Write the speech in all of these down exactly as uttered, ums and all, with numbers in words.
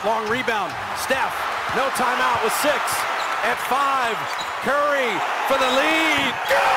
long rebound. Steph, no timeout with six. At five, Curry for the lead.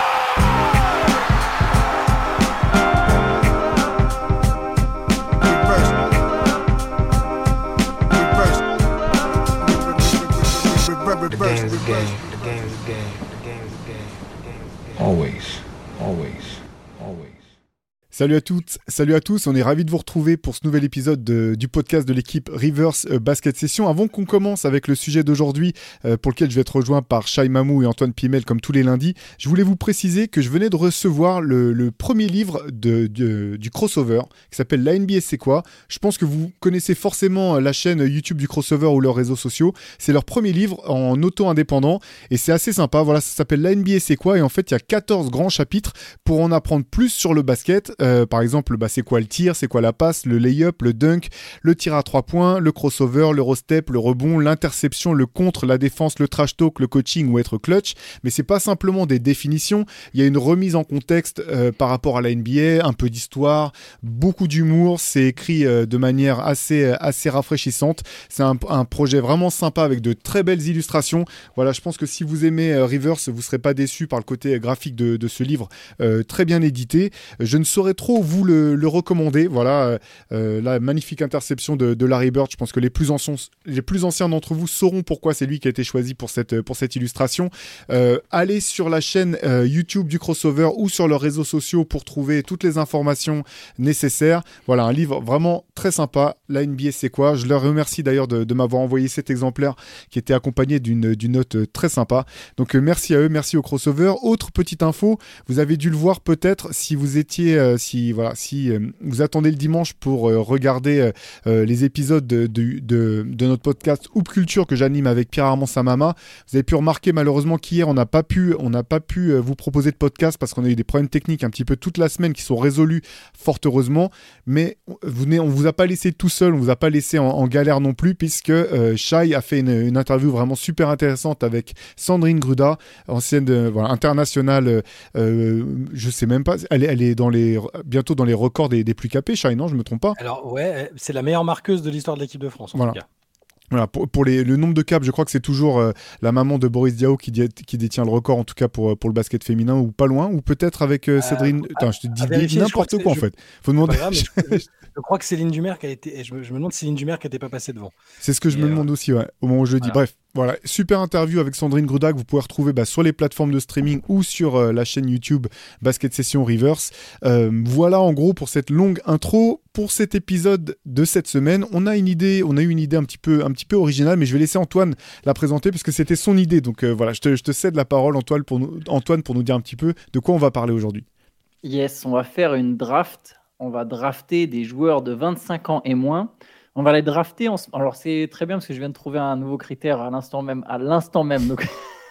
The game is a game. The game is a game. The game is a game. The game is a game. Always, always, always. Salut à toutes, salut à tous, on est ravis de vous retrouver pour ce nouvel épisode de, du podcast de l'équipe Rivers Basket Session. Avant qu'on commence avec le sujet d'aujourd'hui euh, pour lequel je vais être rejoint par Shai Mamou et Antoine Pimel comme tous les lundis, je voulais vous préciser que je venais de recevoir le, le premier livre de, de, du crossover qui s'appelle La N B A c'est quoi. Je pense que vous connaissez forcément la chaîne YouTube du crossover ou leurs réseaux sociaux. C'est leur premier livre en auto-indépendant et c'est assez sympa. Voilà, ça s'appelle La N B A c'est quoi et en fait il y a quatorze grands chapitres pour en apprendre plus sur le basket. Euh, par exemple, bah, c'est quoi le tir, c'est quoi la passe, le lay-up, le dunk, le tir à trois points, le crossover, l'eurostep, le rebond, l'interception, le contre, la défense, le trash talk, le coaching ou être clutch. Mais c'est pas simplement des définitions, il y a une remise en contexte euh, par rapport à la N B A, un peu d'histoire, beaucoup d'humour, c'est écrit euh, de manière assez, assez rafraîchissante. C'est un, un projet vraiment sympa avec de très belles illustrations. Voilà, je pense que si vous aimez euh, Rivers, vous serez pas déçus par le côté graphique de, de ce livre, euh, très bien édité. Je ne saurais trop vous le, le recommander. Voilà, euh, la magnifique interception de, de Larry Bird. Je pense que les plus anciens, les plus anciens d'entre vous sauront pourquoi c'est lui qui a été choisi pour cette, pour cette illustration. Euh, allez sur la chaîne euh, YouTube du crossover ou sur leurs réseaux sociaux pour trouver toutes les informations nécessaires. Voilà, un livre vraiment très sympa. La N B A c'est quoi? Je leur remercie d'ailleurs de, de m'avoir envoyé cet exemplaire qui était accompagné d'une, d'une note très sympa. Donc euh, merci à eux, merci au crossover. Autre petite info, vous avez dû le voir peut-être si vous étiez euh, si voilà si euh, vous attendez le dimanche pour euh, regarder euh, les épisodes de, de, de, de notre podcast Hoop Culture que j'anime avec Pierre-Armand Samama. Vous avez pu remarquer malheureusement qu'hier on n'a pas pu on n'a pas pu euh, vous proposer de podcast parce qu'on a eu des problèmes techniques un petit peu toute la semaine qui sont résolus fort heureusement, mais vous on vous a pas laissé tout seul, on vous a pas laissé en, en galère non plus puisque euh, Shai a fait une, une interview vraiment super intéressante avec Sandrine Gruda, ancienne euh, voilà, internationale, euh, je sais même pas, elle est, elle est dans les bientôt dans les records des, des plus capés, Shai, non, je me trompe pas. Alors ouais, c'est la meilleure marqueuse de l'histoire de l'équipe de France en voilà. tout cas. Voilà, pour, pour les, le nombre de caps, je crois que c'est toujours euh, la maman de Boris Diaw qui, dé, qui détient le record, en tout cas pour, pour le basket féminin, ou pas loin, ou peut-être avec euh, Cédrine. Euh, Attends, je te dis vérifier, n'importe quoi en je... fait. Faut demander. Grave, je, je crois que Céline Dumer qui a été. Je me, je me demande Céline Dumer qui n'était pas passée devant. C'est ce que je Et me euh... demande aussi, ouais, au moment où je le dis. Voilà. Bref. Voilà, super interview avec Sandrine Gruda que vous pouvez retrouver bah, sur les plateformes de streaming ou sur euh, la chaîne YouTube Basket Session Rivers. Euh, voilà en gros pour cette longue intro. Pour cet épisode de cette semaine, on a une idée, on a eu une idée un petit peu, un petit peu originale, mais je vais laisser Antoine la présenter parce que c'était son idée. Donc euh, voilà, je te, je te cède la parole Antoine pour, nous, Antoine pour nous dire un petit peu de quoi on va parler aujourd'hui. Yes, on va faire une draft. On va drafter des joueurs de vingt-cinq ans et moins. On va les drafter. En... Alors, c'est très bien parce que je viens de trouver un nouveau critère à l'instant même. À l'instant même. Donc...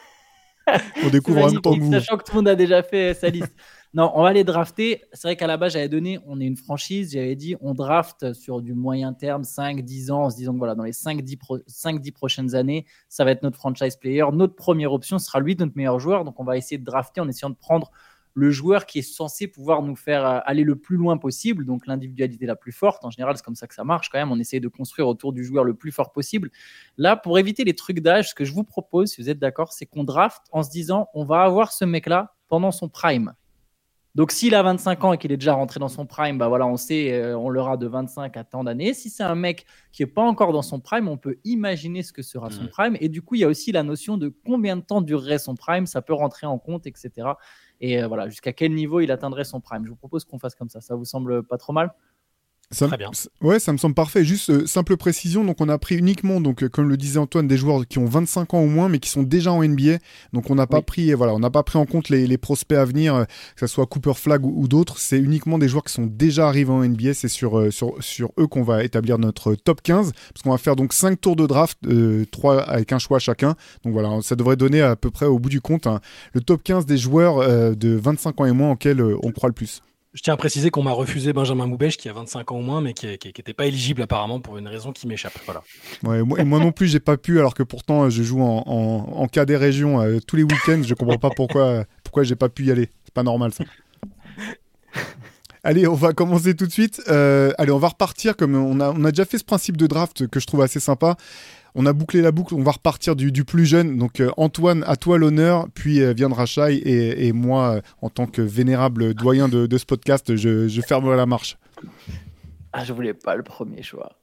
on découvre en même temps que vous. Sachant que tout le monde a déjà fait sa liste. Non, on va les drafter. C'est vrai qu'à la base, j'avais donné, on est une franchise, j'avais dit, on draft sur du moyen terme, cinq dix ans, en se disant que voilà, dans les cinq dix pro... prochaines années, ça va être notre franchise player. Notre première option sera lui, notre meilleur joueur. Donc, on va essayer de drafter en essayant de prendre le joueur qui est censé pouvoir nous faire aller le plus loin possible, donc l'individualité la plus forte. En général, c'est comme ça que ça marche quand même. On essaie de construire autour du joueur le plus fort possible. Là, pour éviter les trucs d'âge, ce que je vous propose, si vous êtes d'accord, c'est qu'on draft en se disant on va avoir ce mec-là pendant son prime. Donc, s'il a vingt-cinq ans et qu'il est déjà rentré dans son prime, bah voilà, on sait, euh, on l'aura de vingt-cinq à tant d'années. Si c'est un mec qui n'est pas encore dans son prime, on peut imaginer ce que sera son prime. Et du coup, il y a aussi la notion de combien de temps durerait son prime. Ça peut rentrer en compte, et cetera. Et euh, voilà, jusqu'à quel niveau il atteindrait son prime. Je vous propose qu'on fasse comme ça. Ça vous semble pas trop mal ? Ça, Très bien. Ouais, ça me semble parfait. Juste euh, simple précision, donc on a pris uniquement, donc euh, comme le disait Antoine, des joueurs qui ont vingt-cinq ans au moins, mais qui sont déjà en N B A. Donc on n'a pas oui. pris, voilà, on n'a pas pris en compte les, les prospects à venir, euh, que ce soit Cooper Flagg ou, ou d'autres. C'est uniquement des joueurs qui sont déjà arrivés en N B A. C'est sur euh, sur sur eux qu'on va établir notre top quinze, parce qu'on va faire donc cinq tours de draft, euh, trois avec un choix chacun. Donc voilà, ça devrait donner à peu près au bout du compte hein, le top quinze des joueurs euh, de vingt-cinq ans et moins auxquels euh, on croit le plus. Je tiens à préciser qu'on m'a refusé Benjamin Moubèche qui a vingt-cinq ans au moins mais qui n'était pas éligible apparemment pour une raison qui m'échappe. Voilà. Ouais, moi, et moi non plus j'ai pas pu alors que pourtant je joue en, en, en cas des régions euh, tous les week-ends. Je comprends pas pourquoi pourquoi j'ai pas pu y aller. C'est pas normal ça. Allez, on va commencer tout de suite. Euh, allez, on va repartir comme on a, on a déjà fait ce principe de draft que je trouve assez sympa. On a bouclé la boucle, on va repartir du, du plus jeune. Donc euh, Antoine, à toi l'honneur, puis euh, viendra Shai et, et moi, euh, en tant que vénérable doyen de, de ce podcast, je, je fermerai la marche. Ah, je voulais pas le premier choix.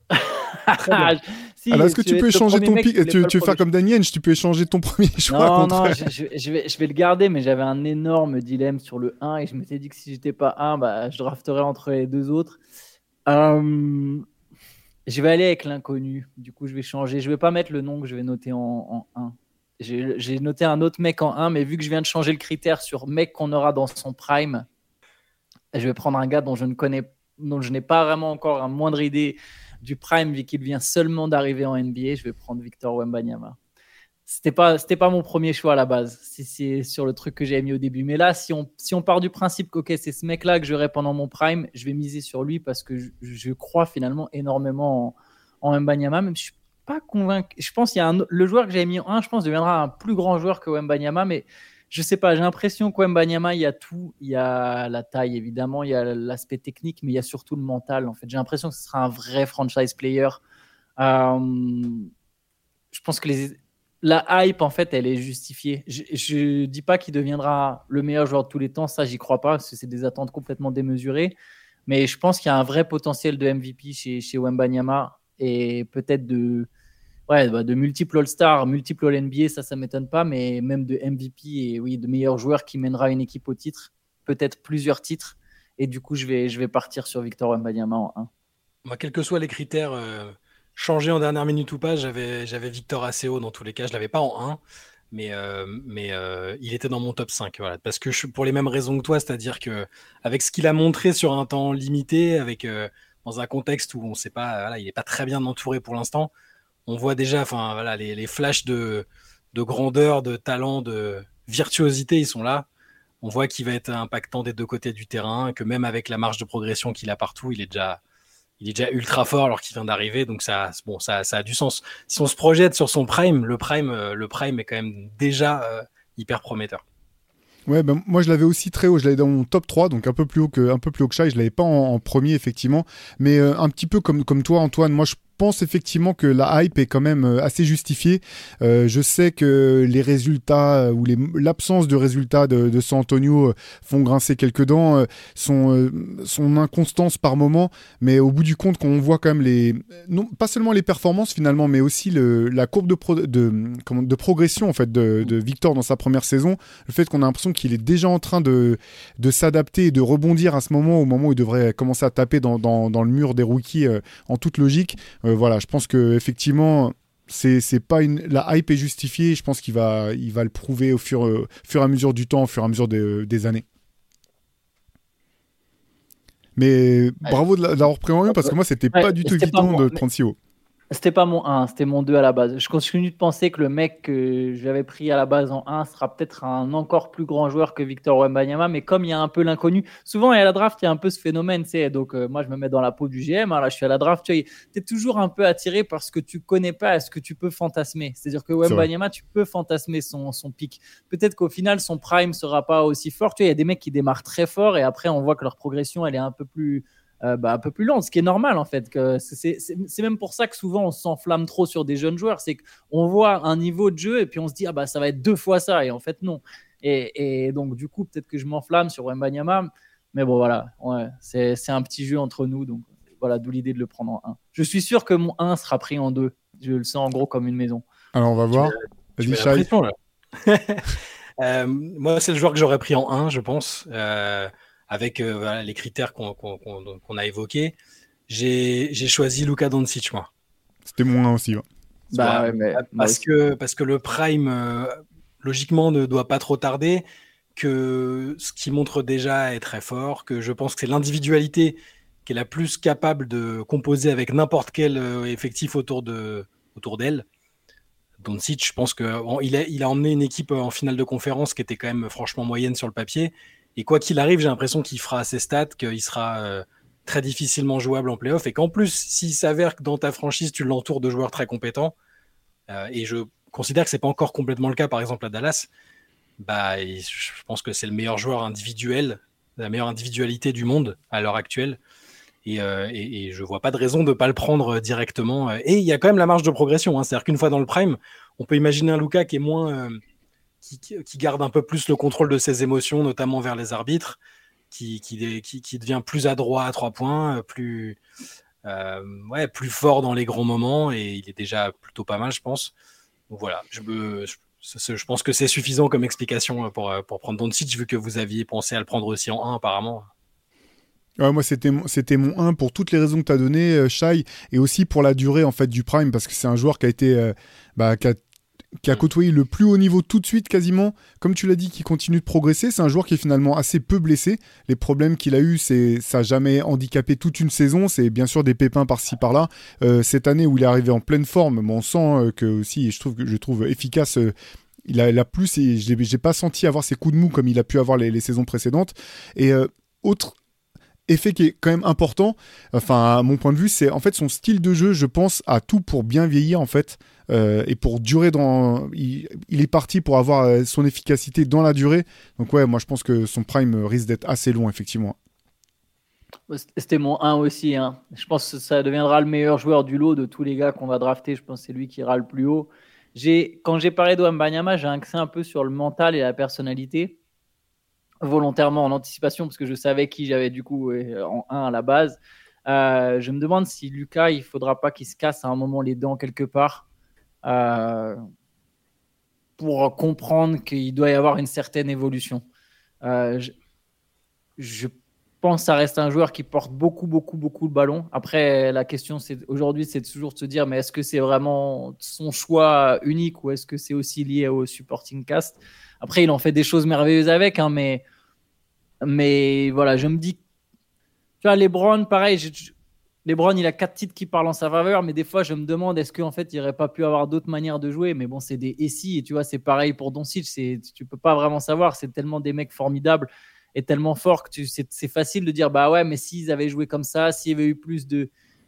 Si, alors, est-ce que tu peux échanger ton pick? Tu, tu veux faire comme Daniel, tu peux échanger ton premier choix. Non, contre... non, je, je, je, vais, je vais le garder, mais j'avais un énorme dilemme sur le un et je m'étais dit que si j'étais pas un, bah, je drafterais entre les deux autres. Euh, je vais aller avec l'inconnu. Du coup, je vais changer. Je vais pas mettre le nom que je vais noter en, en un. J'ai, j'ai noté un autre mec en un, mais vu que je viens de changer le critère sur mec qu'on aura dans son prime, je vais prendre un gars dont je ne connais, dont je n'ai pas vraiment encore un moindre idée du prime, vu qu'il vient seulement d'arriver en N B A. Je vais prendre Victor Wembanyama. C'était pas, c'était pas mon premier choix à la base. C'est, c'est sur le truc que j'avais mis au début. Mais là, si on, si on part du principe que okay, c'est ce mec-là que j'aurai pendant mon prime, je vais miser sur lui parce que je, je crois finalement énormément en, en Wembanyama. Même si je suis pas convaincu. Je pense qu'il y a un, le joueur que j'avais mis en un, je pense, deviendra un plus grand joueur que Wembanyama, mais je sais pas, j'ai l'impression que Wembanyama, il y a tout. Il y a la taille, évidemment, il y a l'aspect technique, mais il y a surtout le mental. En fait, j'ai l'impression que ce sera un vrai franchise player. Euh, je pense que les, la hype, en fait, elle est justifiée. Je ne dis pas qu'il deviendra le meilleur joueur de tous les temps. Ça, j'y crois pas, parce que c'est des attentes complètement démesurées. Mais je pense qu'il y a un vrai potentiel de M V P chez, chez Wembanyama et peut-être de... Ouais, bah de multiples All-Stars, multiples All-N B A, ça, ça ne m'étonne pas, mais même de M V P et oui, de meilleurs joueurs qui mènera une équipe au titre, peut-être plusieurs titres. Et du coup, je vais, je vais partir sur Victor Wembanyama en un. Moi, quels que soient les critères, euh, changés en dernière minute ou pas, j'avais, j'avais Victor assez haut dans tous les cas. Je ne l'avais pas en un, mais, euh, mais euh, il était dans mon top cinq. Voilà. Parce que je, pour les mêmes raisons que toi, c'est-à-dire qu'avec ce qu'il a montré sur un temps limité, avec, euh, dans un contexte où on sait pas, voilà, il n'est pas très bien entouré pour l'instant, on voit déjà enfin, voilà, les, les flashs de, de grandeur, de talent, de virtuosité, ils sont là. On voit qu'il va être impactant des deux côtés du terrain, que même avec la marge de progression qu'il a partout, il est déjà, il est déjà ultra fort alors qu'il vient d'arriver. Donc ça, bon, ça, ça a du sens. Si on se projette sur son prime, le prime, le prime est quand même déjà euh, hyper prometteur. Ouais, ben, moi je l'avais aussi très haut, je l'avais dans mon top trois, donc un peu plus haut que, un peu plus haut que Shai, je l'avais pas en, en premier effectivement, mais euh, un petit peu comme, comme toi Antoine, moi je pense effectivement que la hype est quand même assez justifiée. Euh, je sais que les résultats ou les, l'absence de résultats de, de San Antonio font grincer quelques dents, euh, son, euh, son inconstance par moment, mais au bout du compte, quand on voit quand même les, non pas seulement les performances finalement, mais aussi le, la courbe de, pro, de, comment, de progression en fait de, de Victor dans sa première saison, le fait qu'on a l'impression qu'il est déjà en train de, de s'adapter et de rebondir à ce moment, au moment où il devrait commencer à taper dans, dans, dans le mur des rookies euh, en toute logique. Euh, voilà, je pense que effectivement, c'est c'est pas une la hype est justifiée. Je pense qu'il va il va le prouver au fur, euh, fur et à mesure du temps, au fur et à mesure de, des années. Mais bravo de l'avoir pris en un parce que moi c'était ouais, pas du tout évident de prendre si haut. C'était pas mon un, c'était mon deux à la base. Je continue de penser que le mec que j'avais pris à la base en un sera peut-être un encore plus grand joueur que Victor Wembanyama, mais comme il y a un peu l'inconnu, souvent à la draft, il y a un peu ce phénomène, tu sais, donc euh, moi je me mets dans la peau du G M, hein, là je suis à la draft, tu es toujours un peu attiré par ce que tu connais pas, à ce que tu peux fantasmer. C'est-à-dire que Wembanyama, tu peux fantasmer son, son pic. Peut-être qu'au final, son prime sera pas aussi fort. Tu vois, il y a des mecs qui démarrent très fort et après on voit que leur progression, elle est un peu plus... Euh, bah, un peu plus lente, ce qui est normal en fait. Que c'est, c'est, c'est même pour ça que souvent on s'enflamme trop sur des jeunes joueurs, c'est qu'on voit un niveau de jeu et puis on se dit ah bah ça va être deux fois ça et en fait non. Et, et donc du coup peut-être que je m'enflamme sur Wembanyama, mais bon voilà, ouais, c'est, c'est un petit jeu entre nous, donc voilà, d'où l'idée de le prendre en un. Je suis sûr que mon un sera pris en deux. Je le sens en gros comme une maison. Alors on va voir. Tu Vas-y, Shai. euh, moi c'est le joueur que j'aurais pris en un, je pense. Euh, avec euh, voilà, les critères qu'on, qu'on, qu'on, qu'on a évoqués, j'ai, j'ai choisi Luka Doncic, moi. C'était mon un aussi. Ouais. Bah, ouais, mais, parce, que, parce que le prime, euh, logiquement, ne doit pas trop tarder, que ce qui montre déjà est très fort, que je pense que c'est l'individualité qui est la plus capable de composer avec n'importe quel euh, effectif autour, de, autour d'elle. Doncic, je pense qu'il bon, a, il a emmené une équipe en finale de conférence qui était quand même franchement moyenne sur le papier. Et quoi qu'il arrive, j'ai l'impression qu'il fera ses stats, qu'il sera euh, très difficilement jouable en play-off. Et qu'en plus, s'il s'avère que dans ta franchise, tu l'entoures de joueurs très compétents, euh, et je considère que ce n'est pas encore complètement le cas, par exemple à Dallas, bah, je pense que c'est le meilleur joueur individuel la meilleure individualité du monde à l'heure actuelle. Et, euh, et, et je vois pas de raison de ne pas le prendre directement. Et il y a quand même la marge de progression. Hein. C'est-à-dire qu'une fois dans le prime, on peut imaginer un Luka qui est moins, euh, qui, qui garde un peu plus le contrôle de ses émotions, notamment vers les arbitres, qui, qui, qui, qui devient plus adroit à trois points, plus, euh, ouais, plus fort dans les grands moments. Et il est déjà plutôt pas mal, je pense. Donc voilà, je, me, je, je pense que c'est suffisant comme explication pour, pour prendre Doncic, vu que vous aviez pensé à le prendre aussi en un apparemment. Ouais, moi, c'était mon, c'était mon un pour toutes les raisons que tu as données, euh, Shai, et aussi pour la durée en fait, du prime, parce que c'est un joueur qui a été, euh, bah, qui a, qui a côtoyé le plus haut niveau tout de suite quasiment. Comme tu l'as dit, qui continue de progresser. C'est un joueur qui est finalement assez peu blessé. Les problèmes qu'il a eu, c'est, ça n'a jamais handicapé toute une saison. C'est bien sûr des pépins par-ci par-là. Euh, cette année où il est arrivé en pleine forme, bon, on sent euh, que aussi, je trouve, je trouve efficace. Euh, il a, il a plus, et je n'ai pas senti avoir ses coups de mou comme il a pu avoir les, les saisons précédentes. Et euh, autre effet qui est quand même important, enfin à mon point de vue, c'est en fait son style de jeu, je pense, a tout pour bien vieillir en fait, euh, et pour durer dans... Il, il est parti pour avoir euh, son efficacité dans la durée, donc ouais, moi je pense que son prime risque d'être assez long, effectivement. C'était mon un aussi, hein. Je pense que ça deviendra le meilleur joueur du lot de tous les gars qu'on va drafter, je pense que c'est lui qui ira le plus haut. J'ai, quand j'ai parlé de Wembanyama, j'ai axé un peu sur le mental et la personnalité, volontairement en anticipation parce que je savais qui j'avais du coup en un à la base. Euh, je me demande si Luka, il faudra pas qu'il se casse à un moment les dents quelque part euh, pour comprendre qu'il doit y avoir une certaine évolution. Euh, je, je pense que ça reste un joueur qui porte beaucoup, beaucoup, beaucoup le ballon. Après, la question c'est, aujourd'hui, c'est toujours de se dire mais est-ce que c'est vraiment son choix unique ou est-ce que c'est aussi lié au supporting cast? Après, il en fait des choses merveilleuses avec, hein, mais, mais voilà, je me dis, tu vois, LeBron, pareil, je, je, LeBron, il a quatre titres qui parlent en sa faveur, mais des fois, je me demande, est-ce qu'en fait, il n'aurait pas pu avoir d'autres manières de jouer? Mais bon, c'est des et si, et tu vois, c'est pareil pour Doncic, c'est, tu ne peux pas vraiment savoir, c'est tellement des mecs formidables et tellement forts que tu, c'est, c'est facile de dire, bah ouais, mais s'ils avaient joué comme ça, s'il y avait eu plus de,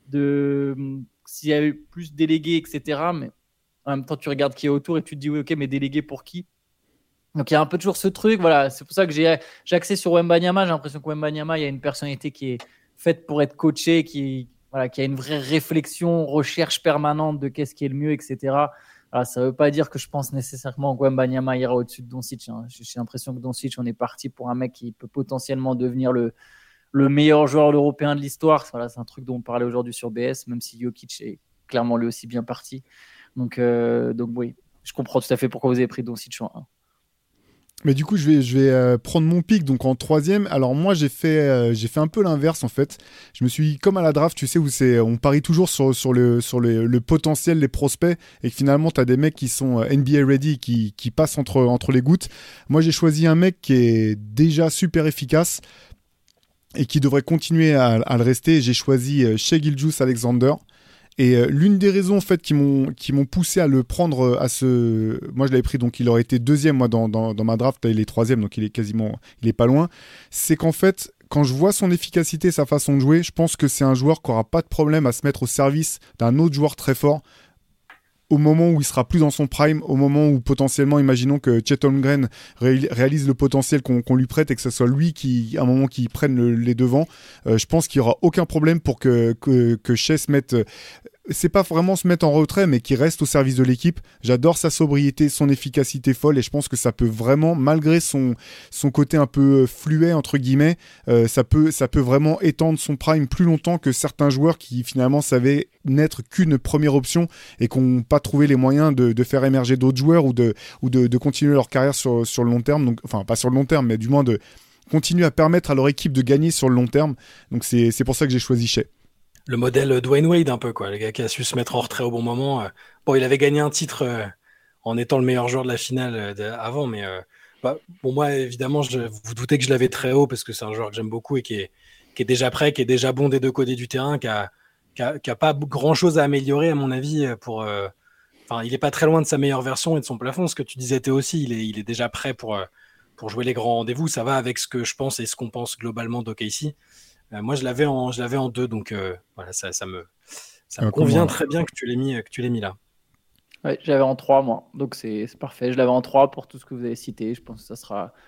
de s'il y avait eu plus de délégués, et cetera. Mais en même temps, tu regardes qui est autour et tu te dis, oui, ok, mais délégués pour qui? Donc il y a un peu toujours ce truc, voilà, c'est pour ça que j'ai, j'ai axé sur Wembanyama. J'ai l'impression que Wembanyama, il y a une personnalité qui est faite pour être coachée, qui, voilà, qui a une vraie réflexion, recherche permanente de qu'est-ce qui est le mieux, et cetera. Voilà, ça ne veut pas dire que je pense nécessairement que Wembanyama ira au-dessus de Doncic. Hein. J'ai l'impression que Doncic, on est parti pour un mec qui peut potentiellement devenir le, le meilleur joueur européen de l'histoire. Voilà, c'est un truc dont on parlait aujourd'hui sur B S, même si Jokic est clairement lui aussi bien parti. Donc, euh, donc oui, je comprends tout à fait pourquoi vous avez pris Doncic en un. Mais du coup, je vais, je vais euh, prendre mon pick donc en troisième. Alors moi, j'ai fait, euh, j'ai fait un peu l'inverse en fait. Je me suis comme à la draft, tu sais, où c'est, on parie toujours sur, sur, le, sur le, le potentiel, les prospects, et que finalement, tu as des mecs qui sont N B A ready, qui, qui passent entre, entre les gouttes. Moi, j'ai choisi un mec qui est déjà super efficace et qui devrait continuer à, à le rester. J'ai choisi euh, Shai Gilgeous-Alexander. Et euh, l'une des raisons en fait qui m'ont qui m'ont poussé à le prendre à ce, moi je l'avais pris donc il aurait été deuxième moi dans dans, dans ma draft, il est troisième donc il est quasiment, il est pas loin. C'est qu'en fait quand je vois son efficacité, sa façon de jouer, je pense que c'est un joueur qui aura pas de problème à se mettre au service d'un autre joueur très fort au moment où il sera plus dans son prime, au moment où potentiellement, imaginons que Chet Holmgren ré- réalise le potentiel qu'on, qu'on lui prête et que ce soit lui qui, à un moment, qui prenne le, les devants. Euh, je pense qu'il n'y aura aucun problème pour que, que, que Shai se mette... Euh, c'est pas vraiment se mettre en retrait, mais qui reste au service de l'équipe. J'adore sa sobriété, son efficacité folle, et je pense que ça peut vraiment, malgré son, son côté un peu fluet, entre guillemets, euh, ça peut, ça peut vraiment étendre son prime plus longtemps que certains joueurs qui finalement savaient n'être qu'une première option et qui n'ont pas trouvé les moyens de, de faire émerger d'autres joueurs ou de, ou de, de continuer leur carrière sur, sur le long terme. Donc, enfin, pas sur le long terme, mais du moins de continuer à permettre à leur équipe de gagner sur le long terme. Donc c'est, c'est pour ça que j'ai choisi Shai. Le modèle Dwayne Wade un peu, quoi, le gars qui a su se mettre en retrait au bon moment. Bon, il avait gagné un titre euh, en étant le meilleur joueur de la finale euh, de, avant, mais euh, bah, bon, moi, évidemment, je, vous doutez que je l'avais très haut parce que c'est un joueur que j'aime beaucoup et qui est, qui est déjà prêt, qui est déjà bon des deux côtés du terrain, qui a, qui a, qui a pas grand-chose à améliorer, à mon avis, pour... Euh, enfin, il est pas très loin de sa meilleure version et de son plafond. Ce que tu disais, Théo aussi, il est, il est déjà prêt pour, euh, pour jouer les grands rendez-vous. Ça va avec ce que je pense et ce qu'on pense globalement d'O K C. Euh, moi, je l'avais en, je l'avais en deux, donc euh, voilà, ça, ça me, ça me euh, convient comment... très bien que tu l'aies mis, que tu l'aies mis là. Ouais, j'avais en trois, moi, donc c'est, c'est parfait. Je l'avais en trois pour tout ce que vous avez cité. Je pense que ça sera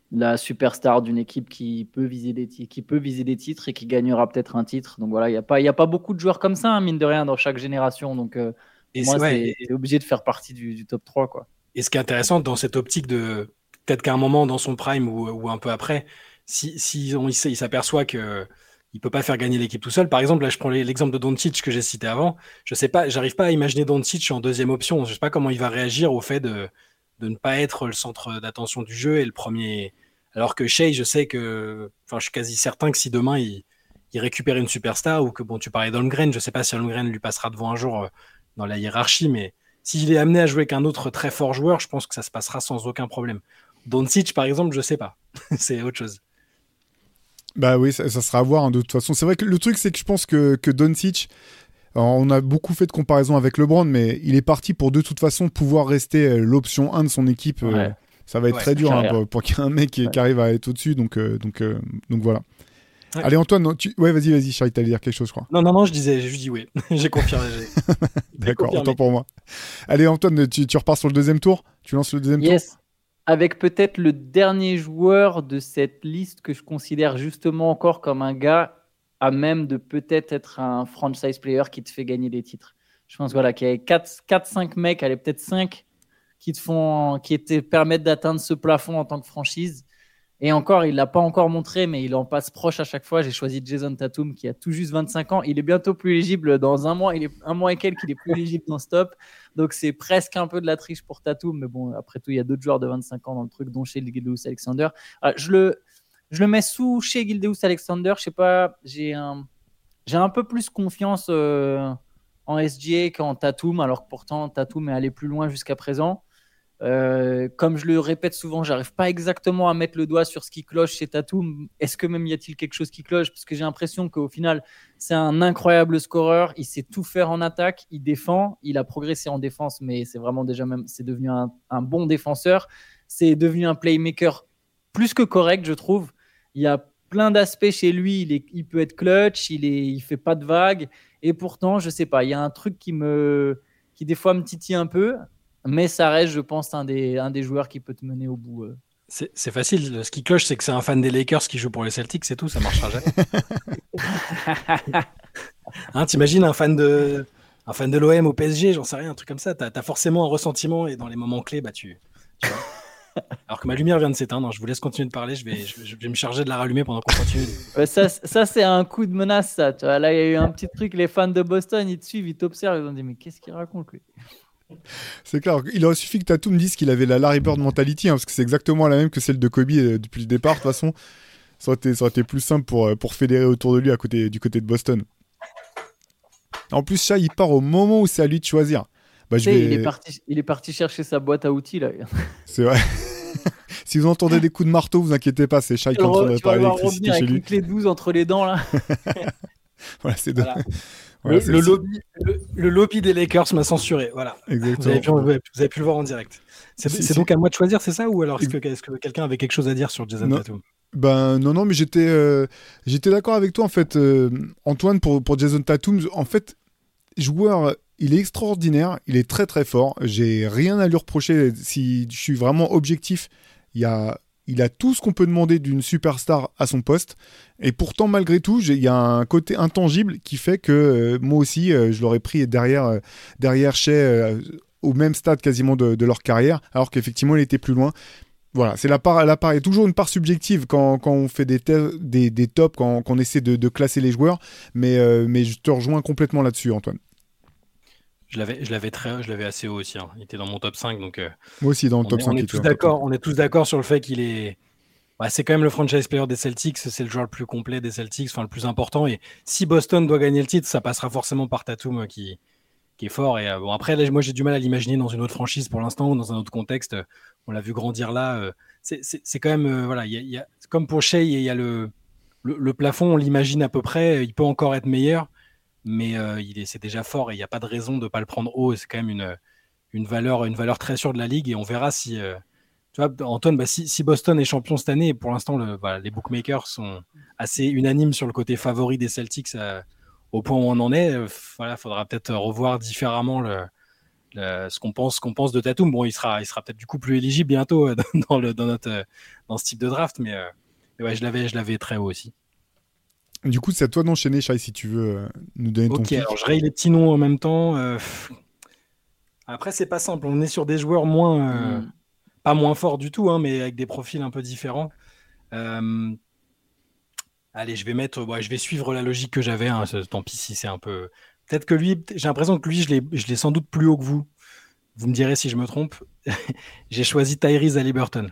la superstar d'une équipe qui peut viser des titres, qui peut viser des titres et qui gagnera peut-être un titre. Donc voilà, il y a pas, il y a pas beaucoup de joueurs comme ça, hein, mine de rien, dans chaque génération. Donc euh, Et moi, c'est, ouais, c'est, et- c'est obligé de faire partie du, du top trois, quoi. Et ce qui est intéressant dans cette optique de peut-être qu'à un moment dans son prime ou, ou un peu après, si, si on, il, s- il s'aperçoit que il peut pas faire gagner l'équipe tout seul. Par exemple, là je prends les- l'exemple de Doncic que j'ai cité avant. Je sais pas, j'arrive pas à imaginer Doncic en deuxième option. Je sais pas comment il va réagir au fait de, de ne pas être le centre d'attention du jeu et le premier. Alors que Shea, je sais que, enfin, je suis quasi certain que si demain il, il récupère une superstar ou que bon, tu parlais d'Holmgren, je sais pas si Holmgren lui passera devant un jour euh, dans la hiérarchie, mais s'il est amené à jouer avec un autre très fort joueur, je pense que ça se passera sans aucun problème. Doncic, par exemple, je sais pas. C'est autre chose. Bah oui, ça, ça sera à voir hein, de toute façon. C'est vrai que le truc, c'est que je pense que, que Doncic, alors, on a beaucoup fait de comparaisons avec LeBron, mais il est parti pour de toute façon pouvoir rester euh, l'option un de son équipe. euh, Ouais. Ça va être Ouais, très dur hein, carrière. pour, pour qu'il y ait un mec qui, Ouais. qui arrive à être au-dessus. Donc, euh, donc, euh, donc voilà. Ouais. Allez, Antoine, non, tu... ouais, vas-y, vas-y, Charlie, t'allais dire quelque chose, je crois. Non, non, non, je disais, je dis oui. J'ai confirmé. j'ai- D'accord, confirmé. autant pour moi. Allez, Antoine, tu, tu repars sur le deuxième tour. Tu lances le deuxième Yes. Avec peut-être le dernier joueur de cette liste que je considère justement encore comme un gars à même de peut-être être un franchise player qui te fait gagner des titres. Je pense voilà, qu'il y a quatre cinq mecs, allez, peut-être cinq qui te font, qui te permettent d'atteindre ce plafond en tant que franchise. Et encore, il ne l'a pas encore montré, mais il en passe proche à chaque fois. J'ai choisi Jason Tatum, qui a tout juste vingt-cinq ans. Il est bientôt plus éligible dans un mois. Il est un mois et quelques, il est plus éligible dans ce top. Donc, c'est presque un peu de la triche pour Tatum. Mais bon, après tout, il y a d'autres joueurs de vingt-cinq ans dans le truc, dont chez Gilgeous-Alexander. Alors, je, le, je le mets sous chez Gilgeous-Alexander. Je sais pas, j'ai un, j'ai un peu plus confiance euh, en S G A qu'en Tatum, alors que pourtant, Tatum est allé plus loin jusqu'à présent. Euh, comme je le répète souvent, j'arrive pas exactement à mettre le doigt sur ce qui cloche chez Tatum. Est-ce que même y a-t-il quelque chose qui cloche? Parce que j'ai l'impression qu'au final, c'est un incroyable scoreur. Il sait tout faire en attaque, il défend, il a progressé en défense, mais c'est vraiment déjà même, c'est devenu un, un bon défenseur. C'est devenu un playmaker plus que correct, je trouve. Il y a plein d'aspects chez lui. Il, est, il peut être clutch, il est, il fait pas de vagues. Et pourtant, je sais pas, il y a un truc qui me, qui des fois me titille un peu. Mais ça reste, je pense, un des, un des joueurs qui peut te mener au bout. euh. C'est, c'est facile. Ce qui cloche, c'est que c'est un fan des Lakers qui joue pour les Celtics, c'est tout. Ça marchera jamais. Hein, t'imagines un fan de, un fan de l'O M au P S G, j'en sais rien, un truc comme ça. T'as, t'as forcément un ressentiment et dans les moments clés, bah tu. tu vois. Alors que ma lumière vient de s'éteindre. Je vous laisse continuer de parler. Je vais, je, je vais me charger de la rallumer pendant qu'on continue. Ouais, ça, ça, c'est un coup de menace, ça. Tu vois, là, il y a eu un petit truc. Les fans de Boston, ils te suivent, ils t'observent. Ils ont dit, mais qu'est-ce qu'il raconte, lui? C'est clair, il aurait suffi que Tatum dise qu'il avait la Larry Bird mentality, hein, parce que c'est exactement la même que celle de Kobe euh, depuis le départ. De toute façon, ça aurait été, ça aurait été plus simple pour, euh, pour fédérer autour de lui à côté, du côté de Boston. En plus, Shai, il part au moment où c'est à lui de choisir. Bah, je Tu sais, vais... il, est parti, il est parti chercher sa boîte à outils, là. C'est vrai. Si vous entendez des coups de marteau, vous inquiétez pas, c'est Shai qui est en train de Tu vas réparer voir l'électricité revenir chez avec lui. une clé douze entre les dents, là. Voilà, c'est de... Voilà. Voilà, le, c'est le aussi- lobby, le, le lobby des Lakers m'a censuré. Voilà. Vous Exactement. avez, pu, vous avez pu- vous avez pu le voir en direct. C'est, Si, c'est si. donc à moi de choisir, c'est ça? Ou alors est-ce que, est-ce que quelqu'un avait quelque chose à dire sur Jason Non. Tatum? Ben non, non, mais j'étais, euh, j'étais d'accord avec toi en fait, euh, Antoine, pour, pour Jason Tatum. En fait, joueur, il est extraordinaire, il est très très fort. J'ai rien à lui reprocher. Si je suis vraiment objectif, il y a, il a tout ce qu'on peut demander d'une superstar à son poste. Et pourtant, malgré tout, j'ai- il y a un côté intangible qui fait que euh, moi aussi, euh, je l'aurais pris derrière, euh, derrière Shai, euh, au même stade quasiment de, de leur carrière, alors qu'effectivement, il était plus loin. Voilà, c'est la part, la part, il y a toujours une part subjective quand, quand on fait des, te- des, des tops, quand, quand on essaie de, de classer les joueurs, mais, euh, mais je te rejoins complètement là-dessus, Antoine. Je l'avais, je l'avais très, je l'avais assez haut aussi. hein. Il était dans mon top cinq, donc euh, Moi aussi, dans le on, top est, cinq. on est il tous était dans le top d'accord. On est tous d'accord sur le fait qu'il est. Bah, c'est quand même le franchise player des Celtics. C'est le joueur le plus complet des Celtics, enfin le plus important. Et si Boston doit gagner le titre, ça passera forcément par Tatum euh, qui, qui est fort. Et euh, bon, après, là, moi, j'ai du mal à l'imaginer dans une autre franchise pour l'instant ou dans un autre contexte. On l'a vu grandir là. euh, c'est, c'est, c'est quand même, euh, voilà, il y a, il y a, comme pour Shai, il y a le, le, le plafond, on l'imagine à peu près. Il peut encore être meilleur, mais euh, il est, c'est déjà fort et il n'y a pas de raison de ne pas le prendre haut. C'est quand même une, une, valeur, une valeur très sûre de la ligue et on verra si. Euh, tu vois, Antoine, bah, si, si Boston est champion cette année, et pour l'instant, le, voilà, les bookmakers sont assez unanimes sur le côté favori des Celtics euh, au point où on en est. Il euh, voilà, faudra peut-être revoir différemment le, le, ce qu'on pense, ce qu'on pense de Tatum. Bon, il sera, il sera peut-être du coup plus éligible bientôt euh, dans, le, dans, notre, euh, dans ce type de draft, mais, euh, mais ouais, je l'avais, je l'avais très haut aussi. Du coup, c'est à toi d'enchaîner, Shai, si tu veux euh, nous donner ton Ok, pick. alors je raye les petits noms en même temps. Euh, Après, c'est pas simple. On est sur des joueurs moins, euh, Mm. pas moins forts du tout, hein, mais avec des profils un peu différents. Euh, Allez, je vais mettre, ouais, je vais suivre la logique que j'avais. Hein, ce- tant pis si c'est un peu. Peut-être que lui, j'ai l'impression que lui, je l'ai, je l'ai sans doute plus haut que vous. Vous me direz si je me trompe. J'ai choisi Tyrese Haliburton.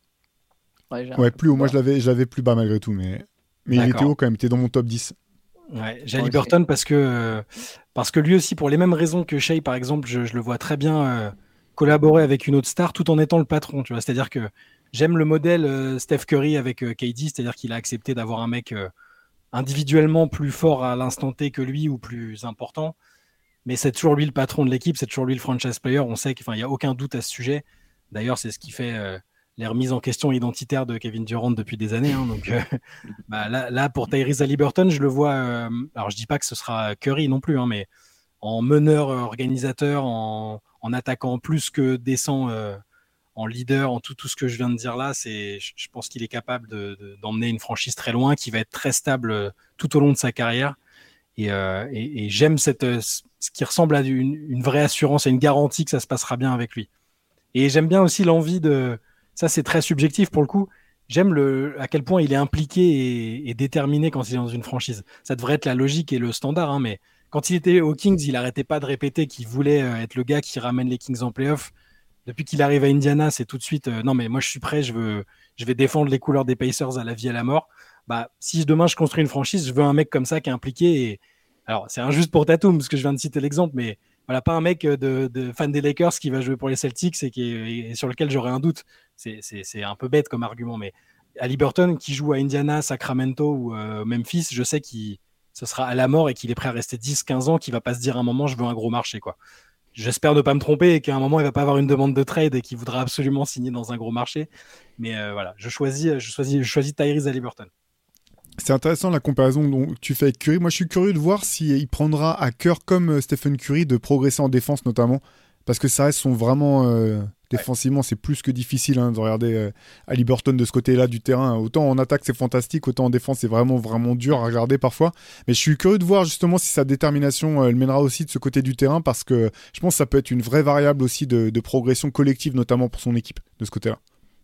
Ouais, j'ai un Ouais, peu plus haut. Moi, bas. je l'avais, je l'avais plus bas malgré tout, mais, mais il était D'accord. haut quand même. Il était dans mon top dix. Ouais, j'ai Ok. Haliburton parce que euh, parce que lui aussi, pour les mêmes raisons que Shai, par exemple, je, je le vois très bien euh, collaborer avec une autre star tout en étant le patron. Tu vois, c'est-à-dire que j'aime le modèle euh, Steph Curry avec euh, K D, c'est-à-dire qu'il a accepté d'avoir un mec euh, individuellement plus fort à l'instant T que lui ou plus important, mais c'est toujours lui le patron de l'équipe, c'est toujours lui le franchise player. On sait qu'il n'y a aucun doute à ce sujet. D'ailleurs, c'est ce qui fait euh, les remises en question identitaires de Kevin Durant depuis des années. Hein, donc, euh, bah, là, là, pour Tyrese Haliburton, je le vois. Euh, alors, je dis pas que ce sera Curry non plus, hein, mais en meneur euh, organisateur, en, en attaquant plus que décent, euh, en leader, en tout, tout ce que je viens de dire là, c'est, je, je pense qu'il est capable de, de, d'emmener une franchise très loin, qui va être très stable euh, tout au long de sa carrière. Et, euh, et, et j'aime cette, euh, ce qui ressemble à une, une vraie assurance et une garantie que ça se passera bien avec lui. Et j'aime bien aussi l'envie de. Ça, c'est très subjectif pour le coup. J'aime le, à quel point il est impliqué et, et déterminé quand il est dans une franchise. Ça devrait être la logique et le standard, hein, mais quand il était aux Kings, il arrêtait pas de répéter qu'il voulait euh, être le gars qui ramène les Kings en playoff. Depuis qu'il arrive à Indiana, c'est tout de suite euh, non, mais moi je suis prêt, je, veux, je vais défendre les couleurs des Pacers à la vie et à la mort. Bah, si demain je construis une franchise, je veux un mec comme ça qui est impliqué. Et... Alors, c'est injuste pour Tatum, parce que je viens de citer l'exemple, mais voilà, pas un mec de, de fan des Lakers qui va jouer pour les Celtics et, qui est, et sur lequel j'aurais un doute. C'est, c'est, c'est un peu bête comme argument, mais Haliburton qui joue à Indiana, Sacramento ou euh, Memphis, je sais qu'il ce sera à la mort et qu'il est prêt à rester dix quinze ans, qu'il va pas se dire à un moment je veux un gros marché, quoi. J'espère ne pas me tromper et qu'à un moment il va pas avoir une demande de trade et qu'il voudra absolument signer dans un gros marché. Mais euh, voilà, je choisis, je choisis, je choisis Tyrese Haliburton. C'est intéressant la comparaison dont tu fais avec Curry. Moi, je suis curieux de voir s'il prendra à cœur, comme Stephen Curry, de progresser en défense notamment. Parce que ça reste son vraiment... Euh, défensivement, c'est plus que difficile hein, de regarder euh, Haliburton de ce côté-là du terrain. Autant en attaque, c'est fantastique. Autant en défense, c'est vraiment, vraiment dur à regarder parfois. Mais je suis curieux de voir justement si sa détermination, euh, elle mènera aussi de ce côté du terrain. Parce que je pense que ça peut être une vraie variable aussi de, de progression collective, notamment pour son équipe, de ce côté-là.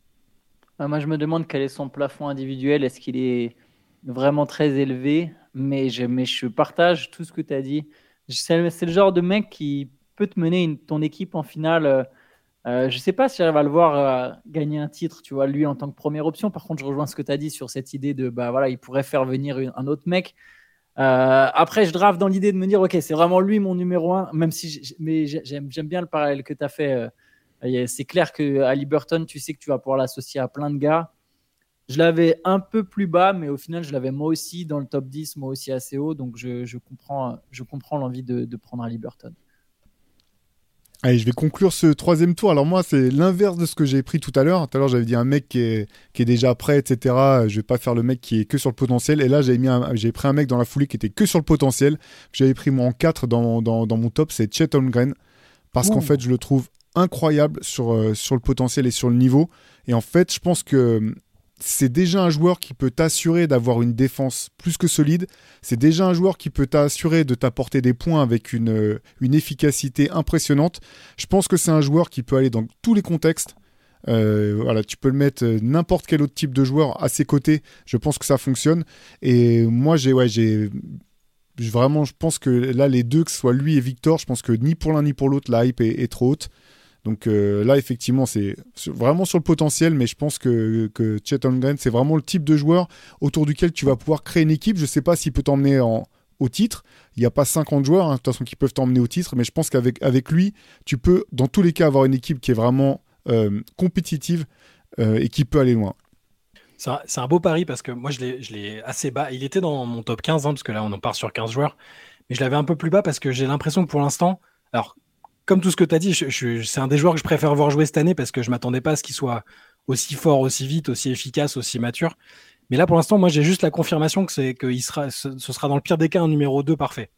Euh, moi, je me demande quel est son plafond individuel. Est-ce qu'il est vraiment très élevé? Mais je, mais je partage tout ce que tu as dit. C'est, c'est le genre de mec qui peut te mener une, ton équipe en finale. Euh, euh, je ne sais pas si j'arrive à le voir euh, gagner un titre, tu vois, lui en tant que première option. Par contre, je rejoins ce que tu as dit sur cette idée de, bah voilà, il pourrait faire venir une, un autre mec. Euh, après, je drave dans l'idée de me dire, ok, c'est vraiment lui mon numéro un, même si j', mais j'aime, j'aime bien le parallèle que tu as fait. Euh, c'est clair que Haliburton, tu sais que tu vas pouvoir l'associer à plein de gars. Je l'avais un peu plus bas, mais au final, je l'avais moi aussi dans le top dix, moi aussi assez haut. Donc, je, je, comprends, je comprends l'envie de, de prendre Haliburton. Allez, je vais conclure ce troisième tour. Alors moi, c'est l'inverse de ce que j'ai pris tout à l'heure. Tout à l'heure, j'avais dit un mec qui est, qui est déjà prêt, et cetera. Je vais pas faire le mec qui est que sur le potentiel. Et là, j'avais, mis un, j'avais pris un mec dans la foulée qui était que sur le potentiel. J'avais pris moi en quatre dans, dans, dans mon top, c'est Chet Holmgren. Parce Ouh. qu'en fait, je le trouve incroyable sur, euh, sur le potentiel et sur le niveau. Et en fait, je pense que c'est déjà un joueur qui peut t'assurer d'avoir une défense plus que solide. C'est déjà un joueur qui peut t'assurer de t'apporter des points avec une, une efficacité impressionnante. Je pense que c'est un joueur qui peut aller dans tous les contextes. Euh, voilà, tu peux le mettre n'importe quel autre type de joueur à ses côtés. Je pense que ça fonctionne. Et moi, j'ai, ouais, j'ai vraiment, je pense que là, les deux, que ce soit lui et Victor, je pense que ni pour l'un ni pour l'autre, la hype est, est trop haute. Donc euh, là, effectivement, c'est vraiment sur le potentiel, mais je pense que, que Chet Holmgren, c'est vraiment le type de joueur autour duquel tu vas pouvoir créer une équipe. Je ne sais pas s'il peut t'emmener en, au titre. Il n'y a pas cinquante joueurs, hein, de toute façon, qui peuvent t'emmener au titre, mais je pense qu'avec avec lui, tu peux, dans tous les cas, avoir une équipe qui est vraiment euh, compétitive euh, et qui peut aller loin. C'est un, c'est un beau pari parce que moi, je l'ai, je l'ai assez bas. Il était dans mon top quinze, hein, parce que là, on en part sur quinze joueurs, mais je l'avais un peu plus bas parce que j'ai l'impression que pour l'instant... alors comme tout ce que tu as dit, je, je, c'est un des joueurs que je préfère voir jouer cette année parce que je ne m'attendais pas à ce qu'il soit aussi fort, aussi vite, aussi efficace, aussi mature. Mais là, pour l'instant, moi, j'ai juste la confirmation que c'est, qu'il sera, ce, ce sera dans le pire des cas un numéro deux parfait.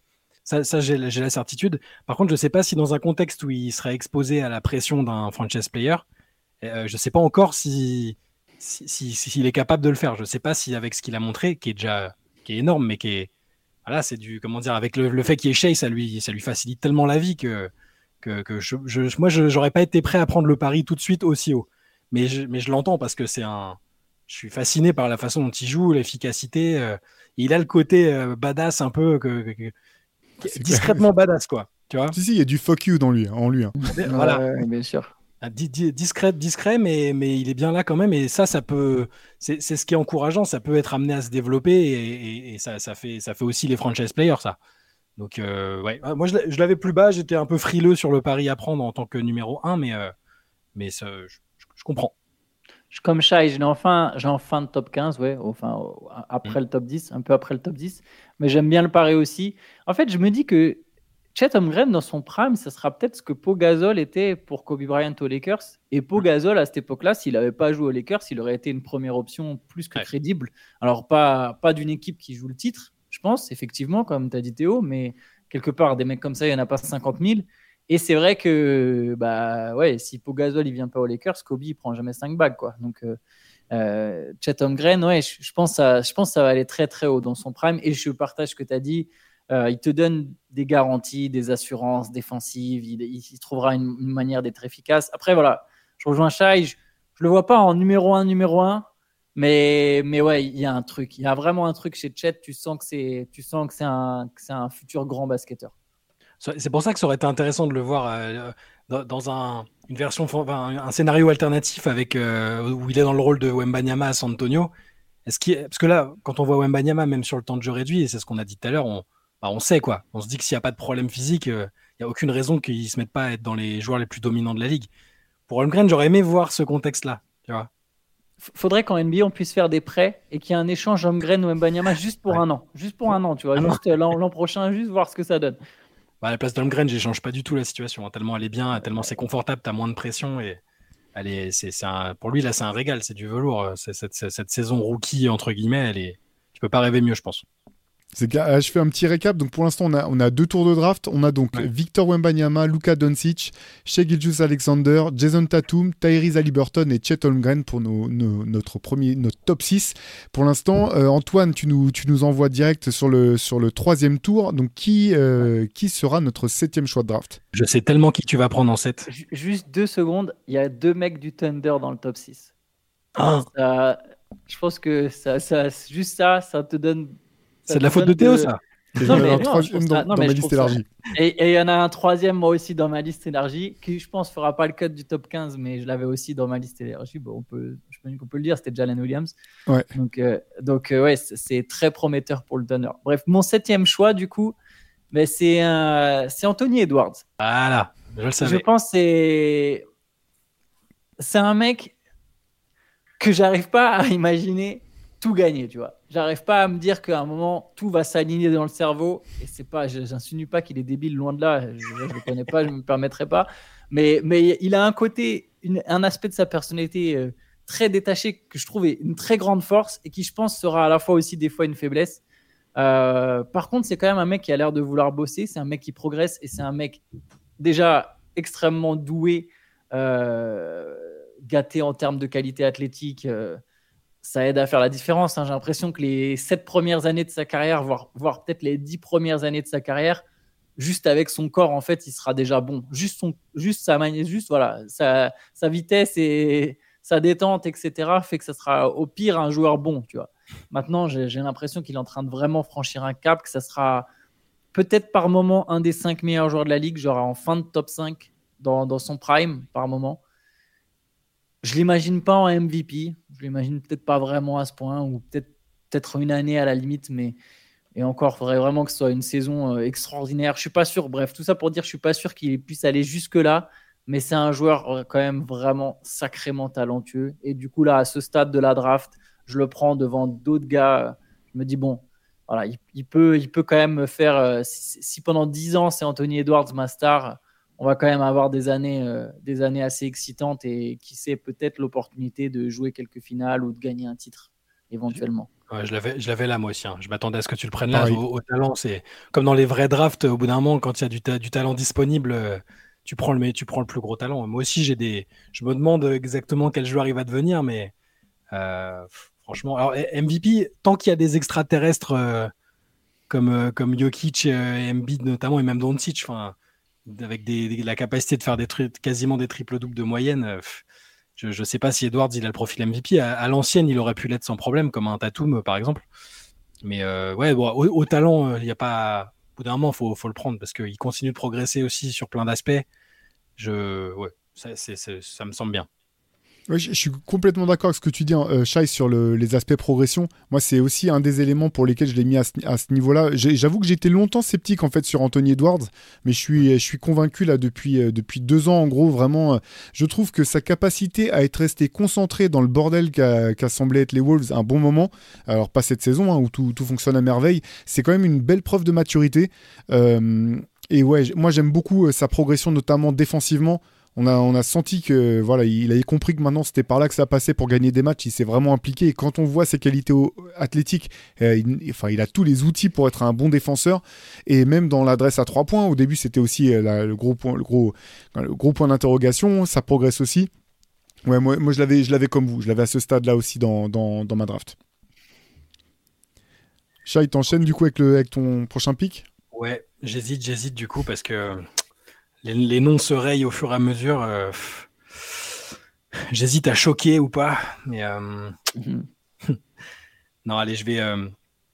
Ça, ça j'ai, j'ai la certitude. Par contre, je ne sais pas si dans un contexte où il serait exposé à la pression d'un franchise player, euh, je ne sais pas encore si, si, si, si, s'il est capable de le faire. Je ne sais pas si avec ce qu'il a montré, qui est déjà qui est énorme, mais qui est voilà, c'est du comment dire, avec le, le fait qu'il est Shea, ça lui ça lui facilite tellement la vie que que, que je, je, moi, je n'aurais pas été prêt à prendre le pari tout de suite aussi haut. Mais je, mais je l'entends parce que c'est un. Je suis fasciné par la façon dont il joue, l'efficacité. Euh, il a le côté euh, badass un peu que, que, que, discrètement badass, quoi. Tu vois. Si si, il y a du fuck you dans lui, en lui. Hein. Voilà, ouais, bien sûr. Discret, discret, mais, mais il est bien là quand même. Et ça, ça peut, c'est, c'est ce qui est encourageant. Ça peut être amené à se développer et, et, et ça, ça fait, ça fait aussi les franchise players, ça. Donc, euh, ouais, moi, je, je l'avais plus bas. J'étais un peu frileux sur le pari à prendre en tant que numéro un, mais, euh, mais ça, je, je comprends. Comme Shai, je l'ai en fin, j'ai en fin de top quinze, ouais, enfin, après mmh. le top dix, un peu après le top dix. Mais j'aime bien le pari aussi. En fait, je me dis que Chet Holmgren, dans son prime, ça sera peut-être ce que Pau Gasol était pour Kobe Bryant aux Lakers. Et Pau Gasol, à cette époque-là, s'il n'avait pas joué aux Lakers, il aurait été une première option plus que ouais. crédible. Alors, pas, pas d'une équipe qui joue le titre, je pense, effectivement, comme tu as dit Théo, mais quelque part, des mecs comme ça, il n'y en a pas cinquante mille. Et c'est vrai que bah, ouais, si Pau Gasol ne vient pas aux Lakers, Kobe ne prend jamais cinq bagues. Quoi. Donc, euh, euh, Chet Holmgren, ouais, je, je, pense à, je pense que ça va aller très, très haut dans son prime. Et je partage ce que tu as dit. Euh, il te donne des garanties, des assurances défensives. Il, il, il trouvera une, une manière d'être efficace. Après, voilà, je rejoins Shai. Je ne le vois pas en numéro un, numéro un. Mais, mais ouais, il y a un truc. Il y a vraiment un truc chez Chet. Tu sens que c'est, tu sens que c'est, un, que c'est un futur grand basketteur. C'est pour ça que ça aurait été intéressant de le voir euh, dans un, une version, un, un scénario alternatif avec, euh, où il est dans le rôle de Wembanyama à San Antonio. Est-ce qu'il, parce que là, quand on voit Wembanyama, même sur le temps de jeu réduit, et c'est ce qu'on a dit tout à l'heure, on, bah on sait quoi. On se dit que s'il n'y a pas de problème physique, il euh, n'y a aucune raison qu'il ne se mette pas à être dans les joueurs les plus dominants de la ligue. Pour Holmgren, j'aurais aimé voir ce contexte-là. Tu vois. Faudrait qu'en N B A on puisse faire des prêts et qu'il y ait un échange Holmgren ou Wembanyama juste pour ouais. un an. Juste pour un an, tu vois. Ah juste l'an, l'an prochain, juste voir ce que ça donne. Bah, à la place d'Holmgren, j'échange pas du tout la situation. Hein, tellement elle est bien, tellement c'est confortable, t'as moins de pression et elle est, c'est, c'est un, pour lui là, c'est un régal, c'est du velours. C'est, cette, cette, cette saison rookie entre guillemets, elle est, tu peux pas rêver mieux, je pense. C'est que, je fais un petit récap. Donc pour l'instant, on a, on a deux tours de draft. On a donc ouais. Victor Wembanyama, Luka Doncic, Shai Gilgeous-Alexander, Jason Tatum, Tyrese Haliburton et Chet Holmgren pour nos, nos, notre, premier, notre top six. Pour l'instant, euh, Antoine, tu nous, tu nous envoies direct sur le, sur le troisième tour. Donc qui, euh, qui sera notre septième choix de draft ? Je sais tellement qui tu vas prendre en sept. Juste deux secondes. Il y a deux mecs du Thunder dans le top six. Ah. Ça, je pense que ça, ça, juste ça, ça te donne... C'est de la faute de Théo, de... ça. Il y en a un troisième dans, dans ma liste élargie. Et il y en a un troisième, moi aussi, dans ma liste élargie, qui, je pense, ne fera pas le cut du top quinze, mais je l'avais aussi dans ma liste élargie. Bon, on peut, je pense qu'on peut le dire, c'était Jalen Williams. Ouais. Donc, euh, donc euh, ouais, c'est, c'est très prometteur pour le Thunder. Bref, mon septième choix, du coup, mais c'est, un, c'est Anthony Edwards. Voilà, je le savais. Je pense que c'est, c'est un mec que je n'arrive pas à imaginer tout gagner, tu vois. J'arrive pas à me dire qu'à un moment tout va s'aligner dans le cerveau et c'est pas, j'insinue pas qu'il est débile, loin de là, je, je le connais pas, je me permettrai pas, mais mais il a un côté, une, un aspect de sa personnalité euh, très détaché que je trouve est une très grande force et qui je pense sera à la fois aussi des fois une faiblesse. Euh, par contre, c'est quand même un mec qui a l'air de vouloir bosser, c'est un mec qui progresse et c'est un mec déjà extrêmement doué, euh, gâté en termes de qualité athlétique. Euh, ça aide à faire la différence. Hein. J'ai l'impression que les sept premières années de sa carrière, voire, voire peut-être les dix premières années de sa carrière, juste avec son corps, en fait, il sera déjà bon. Juste, son, juste sa manière, juste voilà, sa, sa vitesse et sa détente, et cetera, fait que ça sera au pire un joueur bon, tu vois. Maintenant, j'ai, j'ai l'impression qu'il est en train de vraiment franchir un cap, que ça sera peut-être par moment un des cinq meilleurs joueurs de la ligue, genre en fin de top cinq dans, dans son prime par moment. Je ne l'imagine pas en M V P. Je l'imagine peut-être pas vraiment à ce point, ou peut-être, peut-être une année à la limite, mais et encore, il faudrait vraiment que ce soit une saison extraordinaire. Je ne suis pas sûr. Bref, tout ça pour dire que je ne suis pas sûr qu'il puisse aller jusque-là, mais c'est un joueur quand même vraiment sacrément talentueux. Et du coup, là, à ce stade de la draft, je le prends devant d'autres gars. Je me dis, bon, voilà, il, il, peut, il peut quand même me faire... Si, si pendant dix ans, c'est Anthony Edwards, ma star... on va quand même avoir des années, euh, des années assez excitantes et qui sait peut-être l'opportunité de jouer quelques finales ou de gagner un titre. éventuellement. Ouais, je l'avais, je l'avais là moi aussi. Hein. Je m'attendais à ce que tu le prennes là. Pareil. Au, au talent, c'est comme dans les vrais drafts. Au bout d'un moment, quand il y a du, ta- du talent disponible, euh, tu prends le, mais tu prends le plus gros talent. Moi aussi, j'ai des. Je me demande exactement quel joueur il va devenir, mais euh, pff, franchement, alors M V P, tant qu'il y a des extraterrestres euh, comme euh, comme Jokic, euh, Embiid notamment, et même Doncic, enfin, avec des, des- la capacité de faire des tri- quasiment des triples doubles de moyenne. euh, pff, je ne sais pas si Edwards il a le profil M V P. À, à l'ancienne, il aurait pu l'être sans problème, comme un Tatum par exemple. Mais euh, ouais, bon, au, au talent, il n'y a pas. Au bout d'un moment, il faut, faut le prendre parce qu'il continue de progresser aussi sur plein d'aspects. Je, ouais, ça, c'est, c'est, ça me semble bien. Ouais, je, je suis complètement d'accord avec ce que tu dis, hein, euh, Shai, sur le- les aspects progression. Moi, c'est aussi un des éléments pour lesquels je l'ai mis à ce, à ce niveau-là. J'ai- J'avoue que j'étais longtemps sceptique en fait sur Anthony Edwards, mais je suis, je suis convaincu là depuis, euh, depuis deux ans en gros. Vraiment, euh, je trouve que sa capacité à être resté concentré dans le bordel qu'a qu'a semblé être les Wolves un bon moment, alors pas cette saison hein, où tout, tout fonctionne à merveille, c'est quand même une belle preuve de maturité. Euh, et ouais, j- moi j'aime beaucoup euh, sa progression, notamment défensivement. On a, on a senti que voilà, il avait compris que maintenant c'était par là que ça passait pour gagner des matchs. Il s'est vraiment impliqué. Et quand on voit ses qualités au- athlétiques, euh, il, enfin, il a tous les outils pour être un bon défenseur. Et même dans l'adresse à trois points, au début c'était aussi euh, la- le gros point, le gros, le gros point d'interrogation. Ça progresse aussi. Ouais, moi, moi je l'avais, je l'avais comme vous. Je l'avais à ce stade-là aussi dans, dans, dans ma draft. Shai, t'enchaînes du coup avec, le, avec ton prochain pick. Ouais, j'hésite, j'hésite du coup parce que les, les noms se rayent au fur et à mesure. euh, pff, j'hésite à choquer ou pas. Mais euh, Mhm. non, allez, je vais, euh,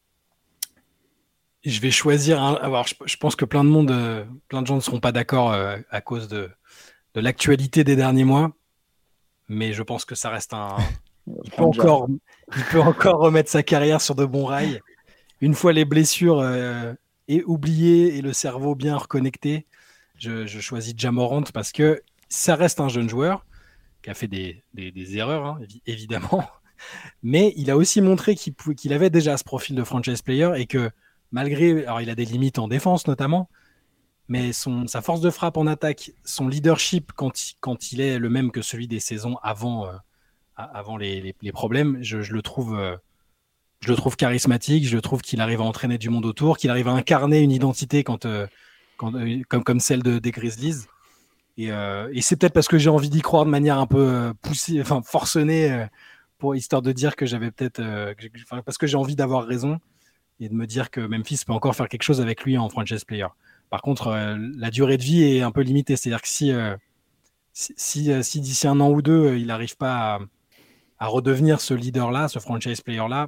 je vais choisir. Un, alors, je, je pense que plein de monde, euh, plein de gens ne seront pas d'accord euh, à cause de, de l'actualité des derniers mois. Mais je pense que ça reste un. Il peut encore, il peut encore remettre sa carrière sur de bons rails. Une fois les blessures euh, et oubliées et le cerveau bien reconnecté, je, je choisis Ja Morant parce que ça reste un jeune joueur qui a fait des, des, des erreurs, hein, évi- évidemment. Mais il a aussi montré qu'il, pou- qu'il avait déjà ce profil de franchise player et que malgré. Alors, il a des limites en défense notamment, mais son, sa force de frappe en attaque, son leadership quand il, quand il est le même que celui des saisons avant, euh, avant les, les, les problèmes, je, je le trouve. Euh, je le trouve charismatique, je trouve qu'il arrive à entraîner du monde autour, qu'il arrive à incarner une identité quand, euh, quand, euh, comme, comme celle de, des Grizzlies. Et, euh, et c'est peut-être parce que j'ai envie d'y croire de manière un peu euh, poussée, enfin forcenée, euh, pour histoire de dire que j'avais peut-être, euh, que j'ai- enfin, parce que j'ai envie d'avoir raison et de me dire que Memphis peut encore faire quelque chose avec lui en franchise player. Par contre, euh, la durée de vie est un peu limitée, c'est-à-dire que si, euh, si, si, euh, si d'ici un an ou deux, euh, il n'arrive pas à, à redevenir ce leader-là, ce franchise player-là,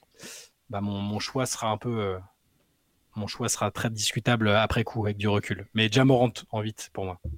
bah mon, mon choix sera un peu, euh, mon choix sera très discutable après coup avec du recul. Mais Ja Morant en huit pour moi.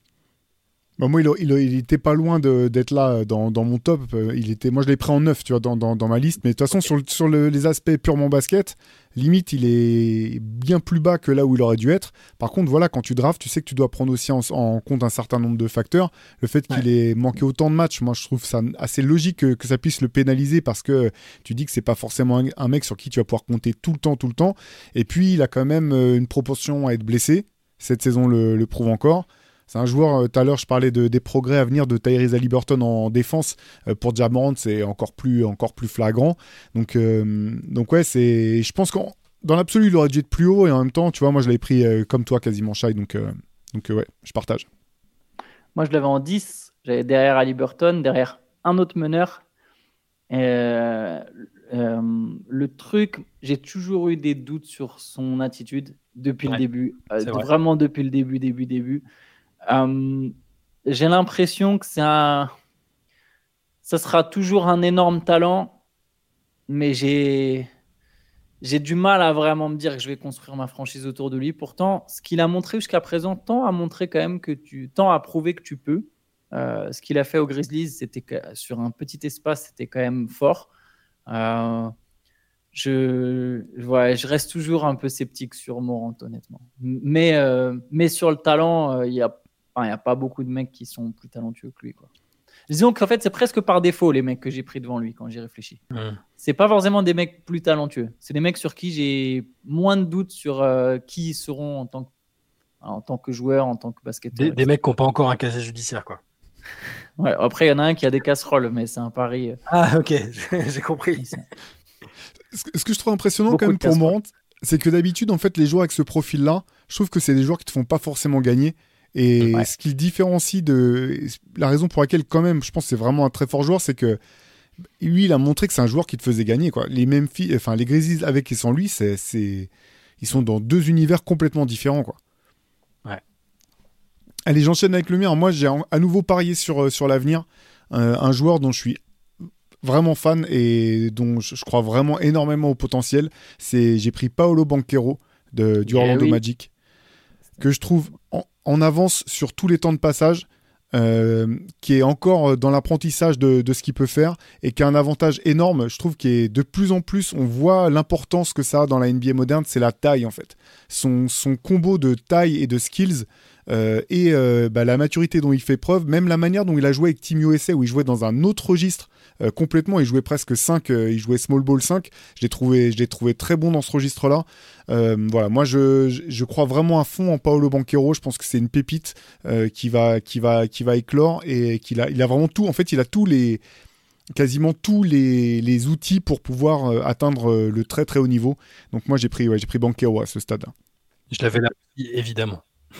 Bah, moi, il, il, il était pas loin de- d'être là dans, dans mon top. Euh, Il était, moi, je l'ai pris en neuf, tu vois, dans, dans, dans ma liste. Mais de toute façon, Ok. sur, le- sur le- les aspects purement basket, limite, il est bien plus bas que là où il aurait dû être. Par contre, voilà, quand tu drafts, tu sais que tu dois prendre aussi en, en compte un certain nombre de facteurs. Le fait qu'il ait manqué autant de matchs, moi, je trouve ça assez logique que, que ça puisse le pénaliser parce que tu dis que c'est pas forcément un, un mec sur qui tu vas pouvoir compter tout le temps, tout le temps. Et puis, il a quand même euh, une proportion à être blessé. Cette saison le, le prouve encore. C'est un joueur, euh, tout à l'heure je parlais de, des progrès à venir de Tyrese Haliburton en, en défense. Euh, pour Ja Morant, c'est encore plus, encore plus flagrant. Donc, euh, donc ouais, c'est, je pense que dans l'absolu, il aurait dû être plus haut. Et en même temps, tu vois, moi je l'avais pris euh, comme toi quasiment, Shai. Donc, euh, donc euh, ouais, je partage. Moi, je l'avais en dix. J'avais derrière Haliburton, derrière un autre meneur. Euh, euh, le truc, j'ai toujours eu des doutes sur son attitude depuis Ouais, le début. Euh, c'est vrai. vraiment depuis le début, début, début. Euh, j'ai l'impression que c'est un... ça sera toujours un énorme talent, mais j'ai... j'ai du mal à vraiment me dire que je vais construire ma franchise autour de lui. Pourtant, ce qu'il a montré jusqu'à présent tend à montrer quand même que tu tend à prouver que tu peux. Euh, ce qu'il a fait aux Grizzlies, c'était que, sur un petit espace, c'était quand même fort. Euh, je, ouais, je reste toujours un peu sceptique sur Morant, honnêtement. Mais, euh, mais sur le talent, il euh, n'y a, enfin, y a pas beaucoup de mecs qui sont plus talentueux que lui, quoi. Disons qu'en fait, c'est presque par défaut les mecs que j'ai pris devant lui quand j'y réfléchis. Mmh. C'est pas forcément des mecs plus talentueux. C'est des mecs sur qui j'ai moins de doutes sur euh, qui ils seront en tant que, en tant que joueur, en tant que basketteur. Des, des mecs qui n'ont pas encore un casier judiciaire, quoi. Ouais, après, il y en a un qui a des casseroles, mais c'est un pari. euh, Ah, ok, j'ai compris. c'est- Ce que ce que je trouve impressionnant Beaucoup quand même de pour casseroles. Morant, c'est que d'habitude, en fait, les joueurs avec ce profil-là, je trouve que c'est des joueurs qui te font pas forcément gagner. Et Ouais. ce qui le différencie de la raison pour laquelle, quand même, je pense que c'est vraiment un très fort joueur, c'est que lui, il a montré que c'est un joueur qui te faisait gagner, quoi. Les mêmes filles, enfin, les Grizzlies avec et sans lui, c'est, c'est, ils sont dans deux univers complètement différents, quoi. Ouais. Allez, j'enchaîne avec le mien. Alors, moi, j'ai en- à nouveau parié sur, euh, sur l'avenir. Euh, un joueur dont je suis vraiment fan et dont je, je crois vraiment énormément au potentiel. C'est, j'ai pris Paolo Banchero de, du Eh Orlando oui. Magic, que je trouve en, en avance sur tous les temps de passage, euh, qui est encore dans l'apprentissage de, de ce qu'il peut faire et qui a un avantage énorme. Je trouve qu'il de plus en plus, on voit l'importance que ça a dans la N B A moderne, c'est la taille en fait. Son, son combo de taille et de skills euh, et euh, bah, la maturité dont il fait preuve, même la manière dont il a joué avec Team U S A où il jouait dans un autre registre euh, complètement, il jouait presque cinq, euh, il jouait small ball cinq, je l'ai trouvé, je l'ai trouvé très bon dans ce registre-là. Euh, voilà, moi je, je, je crois vraiment à fond en Paolo Banchero, je pense que c'est une pépite euh, qui, va, qui, va, qui va éclore et qu'il a, il a vraiment tout, en fait il a tous les, quasiment tous les, les outils pour pouvoir euh, atteindre euh, le très très haut niveau. Donc moi j'ai pris, ouais, j'ai pris Banchero à ce stade. Je l'avais là, évidemment.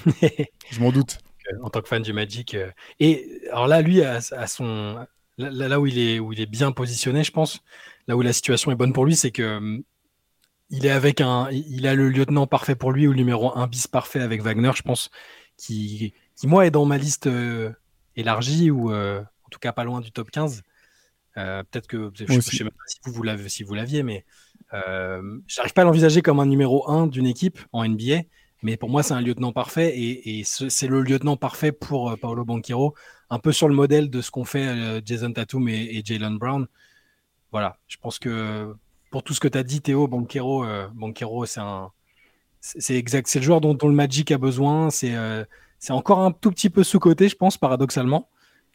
Je m'en doute. Euh, en tant que fan du Magic. euh. Et alors là, lui, à, à son, là, là où il est, où il est bien positionné, je pense, là où la situation est bonne pour lui, c'est que hum, il est avec un, il a le lieutenant parfait pour lui ou le numéro un bis parfait avec Wagner, je pense, qui, qui moi est dans ma liste euh, élargie ou euh, en tout cas pas loin du top quinze. Euh, peut-être que je, Moi je aussi. sais même pas si vous, vous l'avez, si vous l'aviez, mais euh, j'arrive pas à l'envisager comme un numéro un d'une équipe en N B A. Mais pour moi, c'est un lieutenant parfait et, et ce- c'est le lieutenant parfait pour euh, Paolo Banchero, un peu sur le modèle de ce qu'ont fait euh, Jason Tatum et, et Jaylen Brown. Voilà, je pense que pour tout ce que tu as dit, Théo, Banchero, euh, Banchero c'est un, c'est c'est exact, c'est le joueur dont, dont le Magic a besoin. C'est euh, c'est encore un tout petit peu sous-coté, je pense, paradoxalement.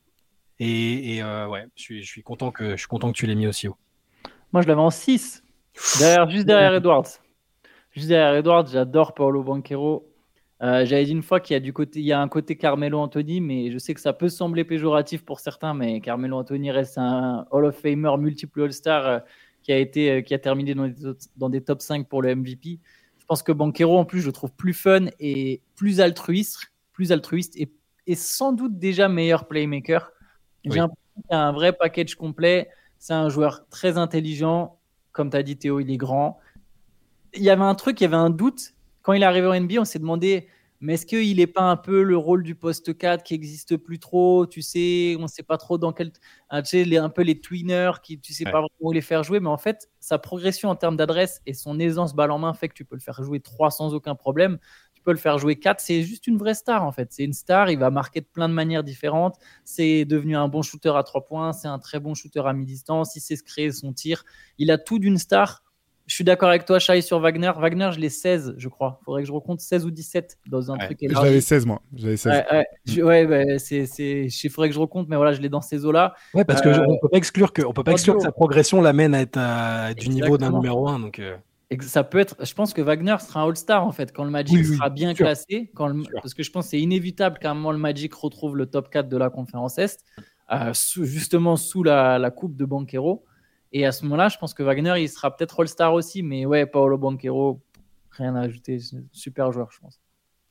Et, et, euh, ouais, je suis, je suis content que je suis content que tu l'aies mis aussi haut. Moi, je l'avais en six, derrière, juste derrière Edwards. Juste derrière Edwards, j'adore Paolo Banchero. Euh, j'avais dit une fois qu'il y a, du côté, il y a un côté Carmelo Anthony, mais je sais que ça peut sembler péjoratif pour certains, mais Carmelo Anthony reste un Hall of Famer, multiple All-Star euh, qui, a été, euh, qui a terminé dans des, dans des top cinq pour le M V P. Je pense que Banchero, en plus, je le trouve plus fun et plus altruiste, plus altruiste et, et sans doute déjà meilleur playmaker. J'ai Oui. l'impression qu'il y a un vrai package complet. C'est un joueur très intelligent. Comme tu as dit, Théo, il est grand. Il y avait un truc, il y avait un doute. Quand il est arrivé en N B A, on s'est demandé, mais est-ce qu'il n'est pas un peu le rôle du poste quatre qui n'existe plus trop? Tu sais, on ne sait pas trop dans quel. Ah, tu sais, les, un peu les tweeners, qui, tu ne sais Ouais. pas vraiment où les faire jouer. Mais en fait, sa progression en termes d'adresse et son aisance balle en main fait que tu peux le faire jouer trois sans aucun problème. Tu peux le faire jouer quatre. C'est juste une vraie star, en fait. C'est une star. Il va marquer de plein de manières différentes. C'est devenu un bon shooter à trois points. C'est un très bon shooter à mi-distance. Il sait se créer son tir. Il a tout d'une star. Je suis d'accord avec toi, Shai, sur Wagner. Wagner, je l'ai seize, je crois. Il faudrait que je recompte seize ou dix-sept dans un Ouais. truc Je élargi. l'avais seize moi. Je l'avais seize. Ouais, ouais, je- ouais, bah, c'est, c'est, il faudrait que je recompte, mais voilà, je l'ai dans ces eaux-là. Ouais, parce que Euh, je- on peut pas exclure que, on peut pas exclure que audio. sa progression l'amène à être à- du niveau d'un Exactement. numéro un. Donc, euh, Et que ça peut être. Je pense que Wagner sera un All-Star en fait quand le Magic Oui, oui, sera bien sûr. classé, quand le- Sûr. parce que je pense que c'est inévitable qu'à un moment le Magic retrouve le top quatre de la conférence Est, euh, sous- justement sous la, la coupe de Banchero. Et à ce moment-là, je pense que Wagner il sera peut-être All-Star aussi, mais ouais, Paolo Banchero, rien à ajouter, c'est un super joueur, je pense.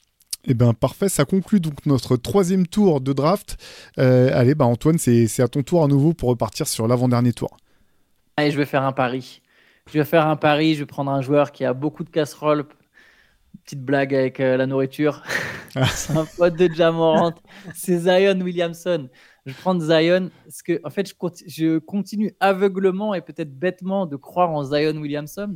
Eh ben parfait, ça conclut donc notre troisième tour de draft. Euh, allez, bah Antoine, c'est c'est à ton tour à nouveau pour repartir sur l'avant-dernier tour. Allez, je vais faire un pari. Je vais faire un pari. Je vais prendre un joueur qui a beaucoup de casseroles. Petite blague avec euh, la nourriture. C'est un pote de Ja Morant. C'est Zion Williamson. Je vais prendre Zion parce que, en fait, je, conti- je continue aveuglement et peut-être bêtement de croire en Zion Williamson.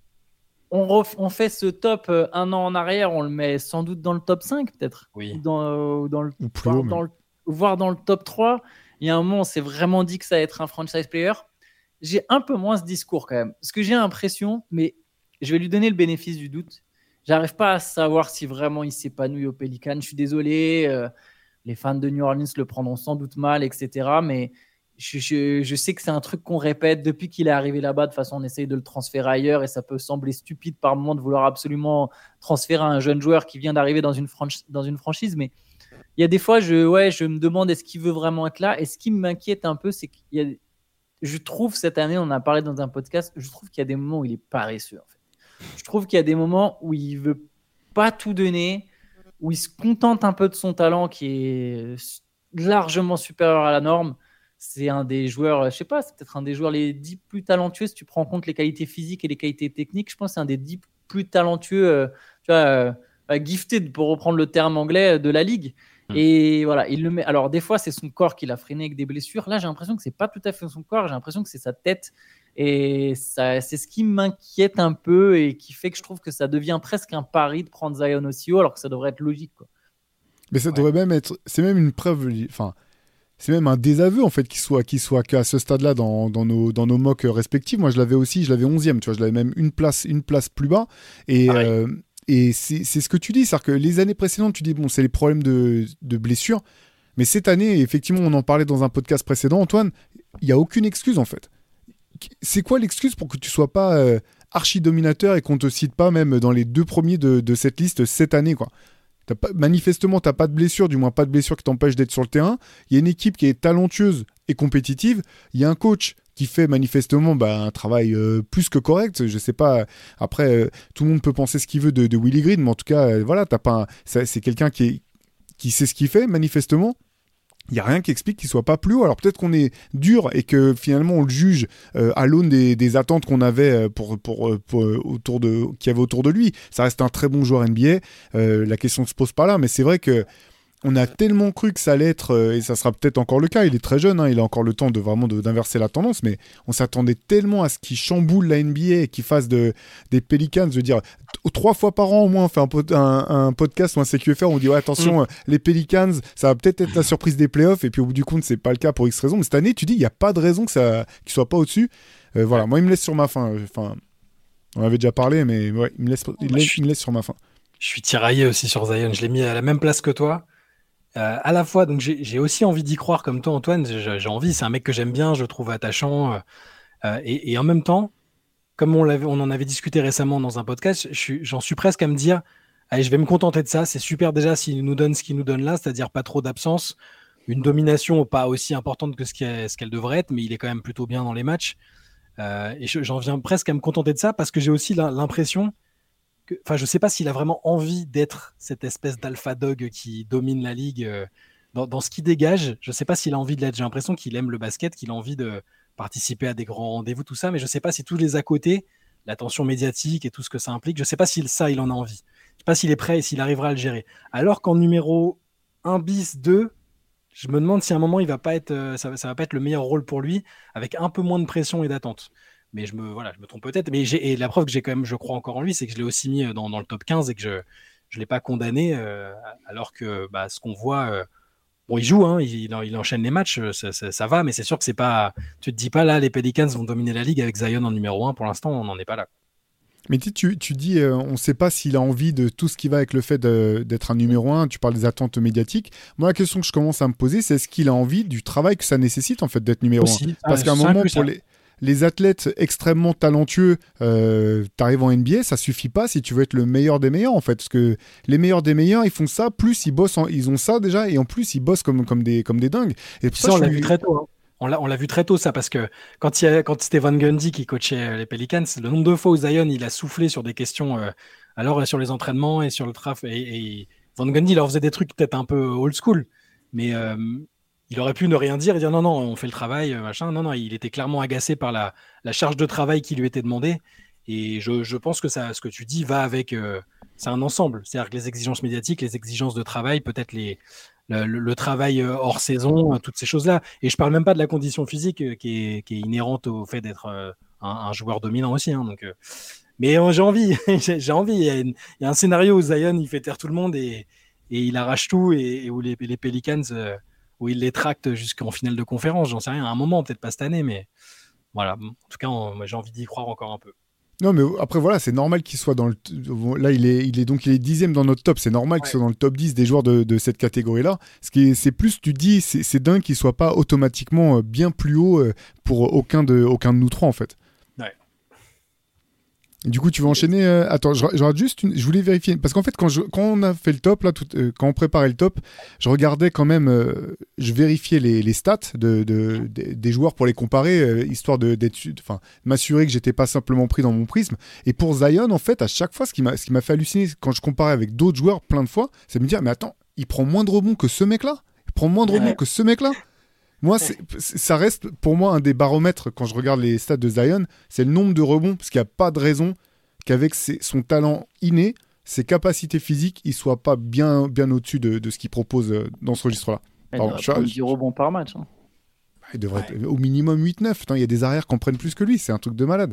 On, ref- on fait ce top euh, un an en arrière, on le met sans doute dans le top cinq, peut-être. Oui. Ou dans, euh, ou dans le, Ou plus voire haut, dans même. le- voire dans le top trois. Il y a un moment, on s'est vraiment dit que ça allait être un franchise player. J'ai un peu moins ce discours quand même. Parce que j'ai l'impression, mais je vais lui donner le bénéfice du doute. J'arrive pas à savoir si vraiment il s'épanouit au Pelican. Je suis désolé, euh, les fans de New Orleans le prendront sans doute mal, et cetera. Mais je, je- je sais que c'est un truc qu'on répète depuis qu'il est arrivé là-bas. De toute façon, on essaye de le transférer ailleurs et ça peut sembler stupide par moment de vouloir absolument transférer un jeune joueur qui vient d'arriver dans une, franch- dans une franchise. Mais il il y a des fois, je, ouais, je me demande est-ce qu'il veut vraiment être là. Et ce qui m'inquiète un peu, c'est qu'il y a, je trouve cette année, on en a parlé dans un podcast, je trouve qu'il y a des moments où il est paresseux. En fait. Je trouve qu'il y a des moments où il veut pas tout donner, où il se contente un peu de son talent qui est largement supérieur à la norme. C'est un des joueurs, je sais pas, c'est peut-être un des joueurs les dix plus talentueux si tu prends en compte les qualités physiques et les qualités techniques. Je pense que c'est un des dix plus talentueux, euh, tu vois, euh, gifted pour reprendre le terme anglais de la ligue. Mmh. Et voilà, il le met. Alors des fois, c'est son corps qui l'a freiné avec des blessures. Là, j'ai l'impression que c'est pas tout à fait son corps. J'ai l'impression que c'est sa tête. Et ça, c'est ce qui m'inquiète un peu et qui fait que je trouve que ça devient presque un pari de prendre Zion aussi haut, alors que ça devrait être logique, quoi. Mais ça Ouais. devrait même être. C'est même une preuve. Enfin. C'est même un désaveu en fait qu'il soit, qu'il soit qu'à ce stade-là dans, dans, nos, dans nos mocks respectifs. Moi je l'avais aussi, je l'avais onzième, tu vois, je l'avais même une place, une place plus bas. Et, euh, et c'est, c'est ce que tu dis, c'est-à-dire que les années précédentes, tu dis, bon, c'est les problèmes de, de blessures. Mais cette année, effectivement, on en parlait dans un podcast précédent, Antoine, il n'y a aucune excuse en fait. C'est quoi l'excuse pour que tu sois pas euh, archi-dominateur et qu'on te cite pas même dans les deux premiers de, de cette liste cette année, quoi? T'as pas, manifestement, tu n'as pas de blessure, du moins pas de blessure qui t'empêche d'être sur le terrain. Il y a une équipe qui est talentueuse et compétitive. Il y a un coach qui fait manifestement bah, un travail euh, plus que correct. Je sais pas, après, euh, tout le monde peut penser ce qu'il veut de, de Willie Green, mais en tout cas, euh, voilà, t'as pas un, ça, c'est quelqu'un qui, est, qui sait ce qu'il fait, manifestement. Il n'y a rien qui explique qu'il ne soit pas plus haut. Alors peut-être qu'on est dur et que finalement on le juge euh, à l'aune des, des attentes qu'on avait pour, pour, pour, autour de, qu'il y avait autour de lui. Ça reste un très bon joueur N B A. Euh, la question ne se pose pas là, mais c'est vrai que on a tellement cru que ça allait être, euh, et ça sera peut-être encore le cas, il est très jeune, hein, il a encore le temps de vraiment de, d'inverser la tendance, mais on s'attendait tellement à ce qu'il chamboule la N B A et qu'il fasse de, des Pelicans, je veux dire, t- trois fois par an au moins, on fait un, pod- un, un podcast ou un C Q F R, on dit ouais, attention, mmh. les Pelicans, ça va peut-être être la surprise des playoffs, et puis au bout du compte, c'est pas le cas pour X raisons, mais cette année, tu dis, il n'y a pas de raison que ça, qu'il soit pas au-dessus. Euh, voilà, moi, il me laisse sur ma faim. Enfin, on avait déjà parlé, mais ouais, il me laisse, il, laisse, il me laisse sur ma faim. Je suis tiraillé aussi sur Zion, je l'ai mis à la même place que toi. Euh, à la fois, donc j'ai, j'ai aussi envie d'y croire comme toi, Antoine. J'ai, j'ai envie, c'est un mec que j'aime bien, je le trouve attachant. Euh, et, et en même temps, comme on, l'avait, on en avait discuté récemment dans un podcast, je suis, j'en suis presque à me dire, allez, je vais me contenter de ça. C'est super déjà s'il nous donne ce qu'il nous donne là, c'est-à-dire pas trop d'absence, une domination pas aussi importante que ce, qu'elle, ce qu'elle devrait être, mais il est quand même plutôt bien dans les matchs. Euh, et je, j'en viens presque à me contenter de ça parce que j'ai aussi la, l'impression enfin, je sais pas s'il a vraiment envie d'être cette espèce d'alpha dog qui domine la ligue euh, dans, dans ce qu'il dégage. Je sais pas s'il a envie de l'être. J'ai l'impression qu'il aime le basket, qu'il a envie de participer à des grands rendez-vous, tout ça, mais je sais pas si tous les à côté, l'attention médiatique et tout ce que ça implique, je sais pas si ça, il en a envie. Je sais pas s'il est prêt et s'il arrivera à le gérer. Alors qu'en numéro un bis deux, je me demande si à un moment, il va pas être, euh, ça, ça va pas être le meilleur rôle pour lui, avec un peu moins de pression et d'attente. Mais je me, voilà, je me trompe peut-être. Mais j'ai, et la preuve que j'ai quand même, je crois encore en lui, c'est que je l'ai aussi mis dans, dans le top quinze et que je ne l'ai pas condamné, euh, alors que bah, ce qu'on voit, euh, bon, il joue, hein, il, il enchaîne les matchs, ça, ça, ça va, mais c'est sûr que c'est pas. Tu te dis pas là, les Pelicans vont dominer la ligue avec Zion en numéro un. Pour l'instant, on n'en est pas là. Mais tu, tu dis, euh, on ne sait pas s'il a envie de tout ce qui va avec le fait de, d'être un numéro un. Tu parles des attentes médiatiques. Moi, la question que je commence à me poser, c'est est-ce qu'il a envie du travail que ça nécessite en fait d'être numéro aussi, un. Parce ah, qu'à un moment, pour les, les athlètes extrêmement talentueux, euh, t'arrives en N B A, ça suffit pas si tu veux être le meilleur des meilleurs en fait. Parce que les meilleurs des meilleurs, ils font ça, plus ils bossent, en, ils ont ça déjà, et en plus ils bossent comme, comme, des, comme des dingues. Et ça, ça, on l'a vu très tôt. Hein. On l'a, on l'a vu très tôt, ça, parce que quand, il y a, quand c'était Van Gundy qui coachait les Pelicans, le nombre de fois où Zion il a soufflé sur des questions, euh, alors sur les entraînements et sur le traf, et, et Van Gundy leur faisait des trucs peut-être un peu old school, mais euh, il aurait pu ne rien dire et dire non, non, on fait le travail, machin. Non, non, il était clairement agacé par la, la charge de travail qui lui était demandée. Et je, je pense que ça, ce que tu dis va avec. Euh, c'est un ensemble. C'est-à-dire que les exigences médiatiques, les exigences de travail, peut-être les. Le, le, le travail hors saison, toutes ces choses-là. Et je parle même pas de la condition physique euh, qui, est, qui est inhérente au fait d'être euh, un, un joueur dominant aussi. Hein, donc, euh, mais euh, j'ai envie, j'ai, j'ai envie. Il y, a une, il y a un scénario où Zion il fait taire tout le monde et, et il arrache tout et, et où les, les Pelicans, euh, où il les tracte jusqu'en finale de conférence. J'en sais rien. À un moment, peut-être pas cette année, mais voilà. En tout cas, on, moi, j'ai envie d'y croire encore un peu. Non, mais après, voilà, c'est normal qu'il soit dans le. Là, il est, il est donc il est dixième dans notre top. C'est normal ouais. qu'il soit dans le top dix des joueurs de, de cette catégorie-là. Ce qui est, c'est plus, tu dis, c'est, c'est dingue qu'il soit pas automatiquement bien plus haut pour aucun de, aucun de nous trois, en fait. Ouais. Du coup, tu veux enchaîner euh, Attends, je, je rate juste une... Je voulais vérifier. Parce qu'en fait, quand, je, quand on a fait le top, là, tout, euh, quand on préparait le top, je regardais quand même... Euh, je vérifiais les, les stats de, de, de, des joueurs pour les comparer, euh, histoire de d'être, enfin, m'assurer que j'étais pas simplement pris dans mon prisme. Et pour Zion, en fait, à chaque fois, ce qui m'a, ce qui m'a fait halluciner, quand je comparais avec d'autres joueurs plein de fois, c'est de me dire, mais attends, il prend moins de rebonds que ce mec-là Il prend moins de rebonds ouais. que ce mec-là Moi, c'est, ça reste pour moi un des baromètres quand je regarde les stats de Zion, c'est le nombre de rebonds, parce qu'il n'y a pas de raison qu'avec ses, son talent inné, ses capacités physiques, il ne soit pas bien, bien au-dessus de, de ce qu'il propose dans ce registre-là. Pardon, il doit dix rebonds par match. Hein. Il devrait ouais. être au minimum huit neuf. Il y a des arrières qui en prennent plus que lui, c'est un truc de malade.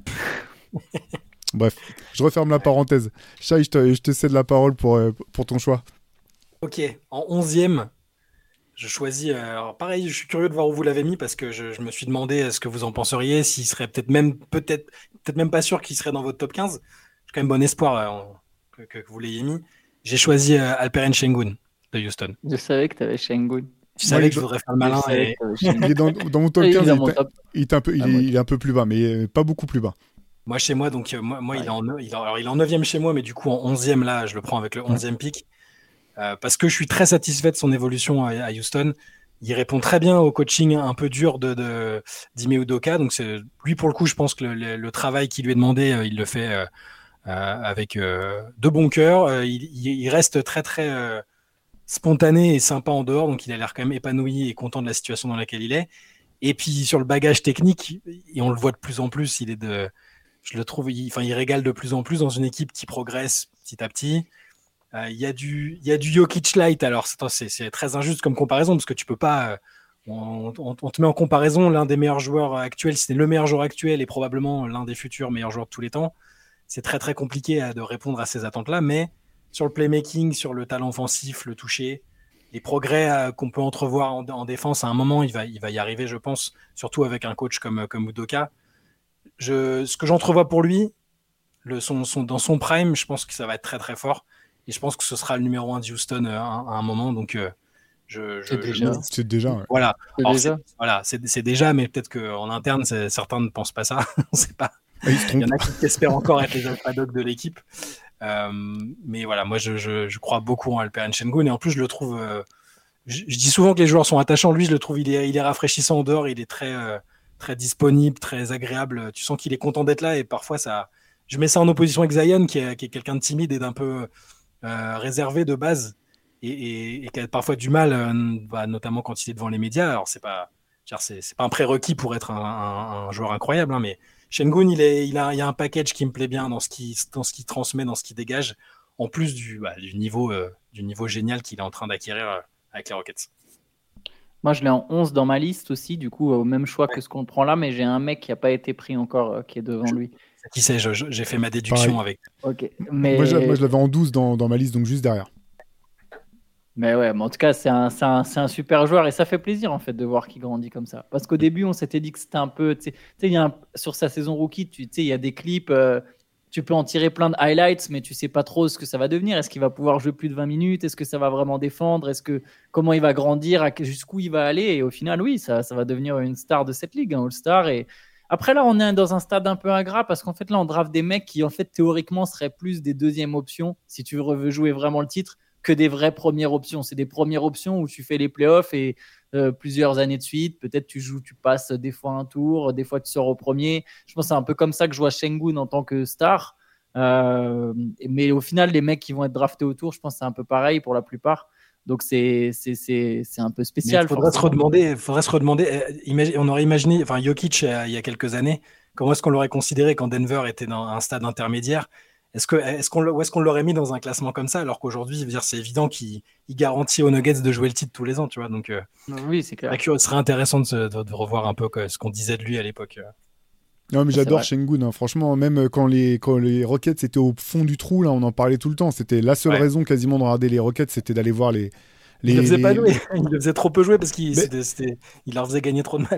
Bref, je referme la parenthèse. Shai, je te, je te cède la parole pour, pour ton choix. Ok, en onzième, je choisis, euh, alors pareil, je suis curieux de voir où vous l'avez mis parce que je, je me suis demandé ce que vous en penseriez, s'il serait peut-être même, peut-être, peut-être même pas sûr qu'il serait dans votre top quinze. J'ai quand même bon espoir euh, que, que, que vous l'ayez mis. J'ai choisi euh, Alperen Sengun de Houston. Je savais que tu avais Sengun. Tu savais ouais, que je voudrais faire le malin. Et... Il est dans, dans mon top quinze, il, il, est, top. il, est un peu, il, ah, est, il est un peu plus bas, mais pas beaucoup plus bas. Moi, chez moi, donc euh, moi, moi ouais. il, est en, il, est, alors, il est en neuvième chez moi, mais du coup en onzième, là, je le prends avec le onzième pick. Euh, parce que je suis très satisfait de son évolution à, à Houston. Il répond très bien au coaching un peu dur de, de d'Ime Udoka. Donc c'est, lui, pour le coup, je pense que le, le, le travail qui lui est demandé, euh, il le fait euh, euh, avec euh, de bon cœur. Euh, il, il reste très, très euh, spontané et sympa en dehors. Donc il a l'air quand même épanoui et content de la situation dans laquelle il est. Et puis sur le bagage technique, et on le voit de plus en plus, il est de, je le trouve, il, enfin, il régale de plus en plus dans une équipe qui progresse petit à petit. Il euh, y a du il y a du Jokic light. Alors c'est, c'est, c'est très injuste comme comparaison parce que tu peux pas euh, on, on, on te met en comparaison l'un des meilleurs joueurs actuels, si c'est le meilleur joueur actuel et probablement l'un des futurs meilleurs joueurs de tous les temps. C'est très très compliqué à, de répondre à ces attentes-là, mais sur le playmaking, sur le talent offensif, le toucher, les progrès euh, qu'on peut entrevoir en, en défense, à un moment il va il va y arriver, je pense, surtout avec un coach comme comme Udoka. Je ce que j'entrevois pour lui, le son, son dans son prime, je pense que ça va être très très fort. Et je pense que ce sera le numéro un de Houston euh, à, à un moment. Donc, euh, je, je, c'est déjà. Je... C'est déjà ouais. Voilà. C'est Alors, déjà. C'est, voilà, c'est, c'est déjà, mais peut-être qu'en interne, c'est, certains ne pensent pas ça. On sait pas. Ah, il y en a qui espèrent encore être les alpha dogs de l'équipe. Euh, mais voilà, moi, je, je, je crois beaucoup en Alperen Sengun. Et en plus, je le trouve. Euh, je, je dis souvent que les joueurs sont attachants. Lui, je le trouve, il est, il est rafraîchissant en dehors. Il est très, euh, très disponible, très agréable. Tu sens qu'il est content d'être là. Et parfois, ça. Je mets ça en opposition avec Zion, qui est, qui est quelqu'un de timide et d'un peu. Euh, réservé de base et, et, et qui a parfois du mal, euh, bah, notamment quand il est devant les médias. Alors c'est pas, c'est, c'est pas un prérequis pour être un, un, un joueur incroyable, hein, mais Sengun, il est, il a, il y a un package qui me plaît bien dans ce qui, dans ce qu'il transmet, dans ce qu'il dégage, en plus du, bah, du niveau, euh, du niveau génial qu'il est en train d'acquérir euh, avec les Rockets. Moi, je l'ai en onze dans ma liste aussi, du coup, au même choix ouais. que ce qu'on prend là, mais j'ai un mec qui n'a pas été pris encore, euh, qui est devant je... lui. Qui sait, je, je, j'ai fait ma déduction Pareil. avec. Ok, mais moi, je, moi je l'avais en douze dans, dans ma liste, donc juste derrière. Mais ouais, mais en tout cas, c'est un, c'est, un, c'est un super joueur et ça fait plaisir en fait de voir qu'il grandit comme ça. Parce qu'au début, on s'était dit que c'était un peu, tu sais, il y a un, sur sa saison rookie, tu sais, il y a des clips, euh, tu peux en tirer plein de highlights, mais tu sais pas trop ce que ça va devenir. Est-ce qu'il va pouvoir jouer plus de vingt minutes? Est-ce que ça va vraiment défendre? Est-ce que comment il va grandir? Jusqu'où il va aller? Et au final, oui, ça, ça va devenir une star de cette ligue, un All-Star. Et après, là, on est dans un stade un peu ingrat parce qu'en fait, là, on draft des mecs qui, en fait, théoriquement, seraient plus des deuxièmes options si tu veux jouer vraiment le titre que des vraies premières options. C'est des premières options où tu fais les playoffs et euh, plusieurs années de suite. Peut-être tu joues, tu passes des fois un tour, des fois tu sors au premier. Je pense que c'est un peu comme ça que je vois Sengun en tant que star. Euh, mais au final, les mecs qui vont être draftés autour, je pense que c'est un peu pareil pour la plupart. Donc c'est, c'est, c'est, c'est un peu spécial. Il faudrait se redemander, faudrait se redemander euh, imagine, on aurait imaginé, enfin Jokic euh, il y a quelques années, comment est-ce qu'on l'aurait considéré quand Denver était dans un stade intermédiaire? Est-ce que, est-ce qu'on, où est-ce qu'on l'aurait mis dans un classement comme ça, alors qu'aujourd'hui, je veux dire, c'est évident qu'il il garantit aux Nuggets de jouer le titre tous les ans, tu vois. Donc, euh, oui, c'est clair. Ce serait intéressant de, se, de, de revoir un peu ce qu'on disait de lui à l'époque. Non, mais j'adore Sengun, hein. Franchement, même quand les, quand les Rockets étaient au fond du trou, là, on en parlait tout le temps. C'était la seule ouais. raison quasiment de regarder les Rockets, c'était d'aller voir les. Les, il ne faisait les... pas jouer, il le faisait trop peu jouer parce qu'il mais... c'était, c'était... il leur faisait gagner trop de matchs.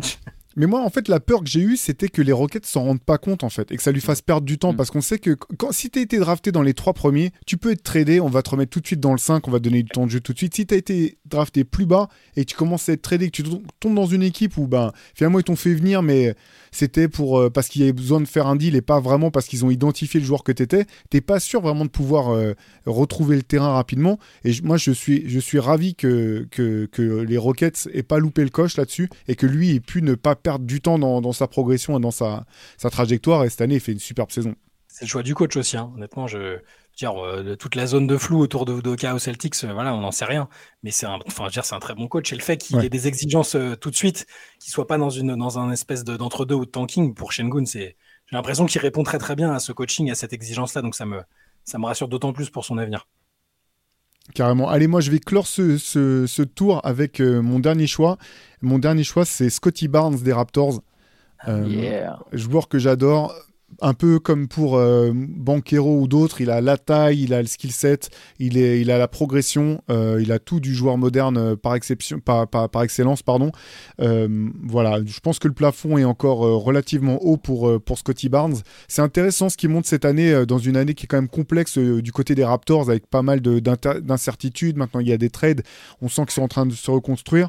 Mais moi, en fait, la peur que j'ai eue, c'était que les Rockets s'en rendent pas compte, en fait, et que ça lui fasse perdre du temps, Mm. parce qu'on sait que quand, si t'as été drafté dans les trois premiers, tu peux être tradé, on va te remettre tout de suite dans le cinq, on va te donner du temps de jeu tout de suite. Si t'as été drafté plus bas et que tu commences à être tradé, que tu tombes dans une équipe où, ben, finalement, ils t'ont fait venir, mais c'était pour euh, parce qu'il y avait besoin de faire un deal et pas vraiment parce qu'ils ont identifié le joueur que t'étais, t'es pas sûr vraiment de pouvoir euh, retrouver le terrain rapidement. Et je, moi, je suis, je suis ravi que, que, que les Rockets aient pas loupé le coche là-dessus et que lui ait pu ne pas perdre du temps dans, dans sa progression et dans sa, sa trajectoire. Et cette année, il fait une superbe saison. C'est le choix du coach aussi. Hein. Honnêtement, je, je veux dire, euh, toute la zone de flou autour de Udoka aux Celtics, euh, voilà, on n'en sait rien. Mais c'est un, enfin, je veux dire, c'est un très bon coach. Et le fait qu'il Ouais. ait des exigences euh, tout de suite, qu'il soit pas dans une dans un espèce de, d'entre-deux ou de tanking pour Şengün, c'est, j'ai l'impression qu'il répond très très bien à ce coaching, à cette exigence-là. Donc ça me ça me rassure d'autant plus pour son avenir. Carrément. Allez, moi, je vais clore ce, ce, ce tour avec euh, mon dernier choix. Mon dernier choix, c'est Scottie Barnes des Raptors. Euh, Yeah. Joueur que j'adore. Un peu comme pour euh, Banchero ou d'autres, il a la taille, il a le skill set, il, est, il a la progression, euh, il a tout du joueur moderne euh, par, exception, par, par, par excellence. Pardon. Euh, voilà, je pense que le plafond est encore euh, relativement haut pour, euh, pour Scottie Barnes. C'est intéressant ce qu'il montre cette année, euh, dans une année qui est quand même complexe euh, du côté des Raptors, avec pas mal de, d'inter- d'incertitudes. Maintenant, il y a des trades, on sent qu'ils sont en train de se reconstruire.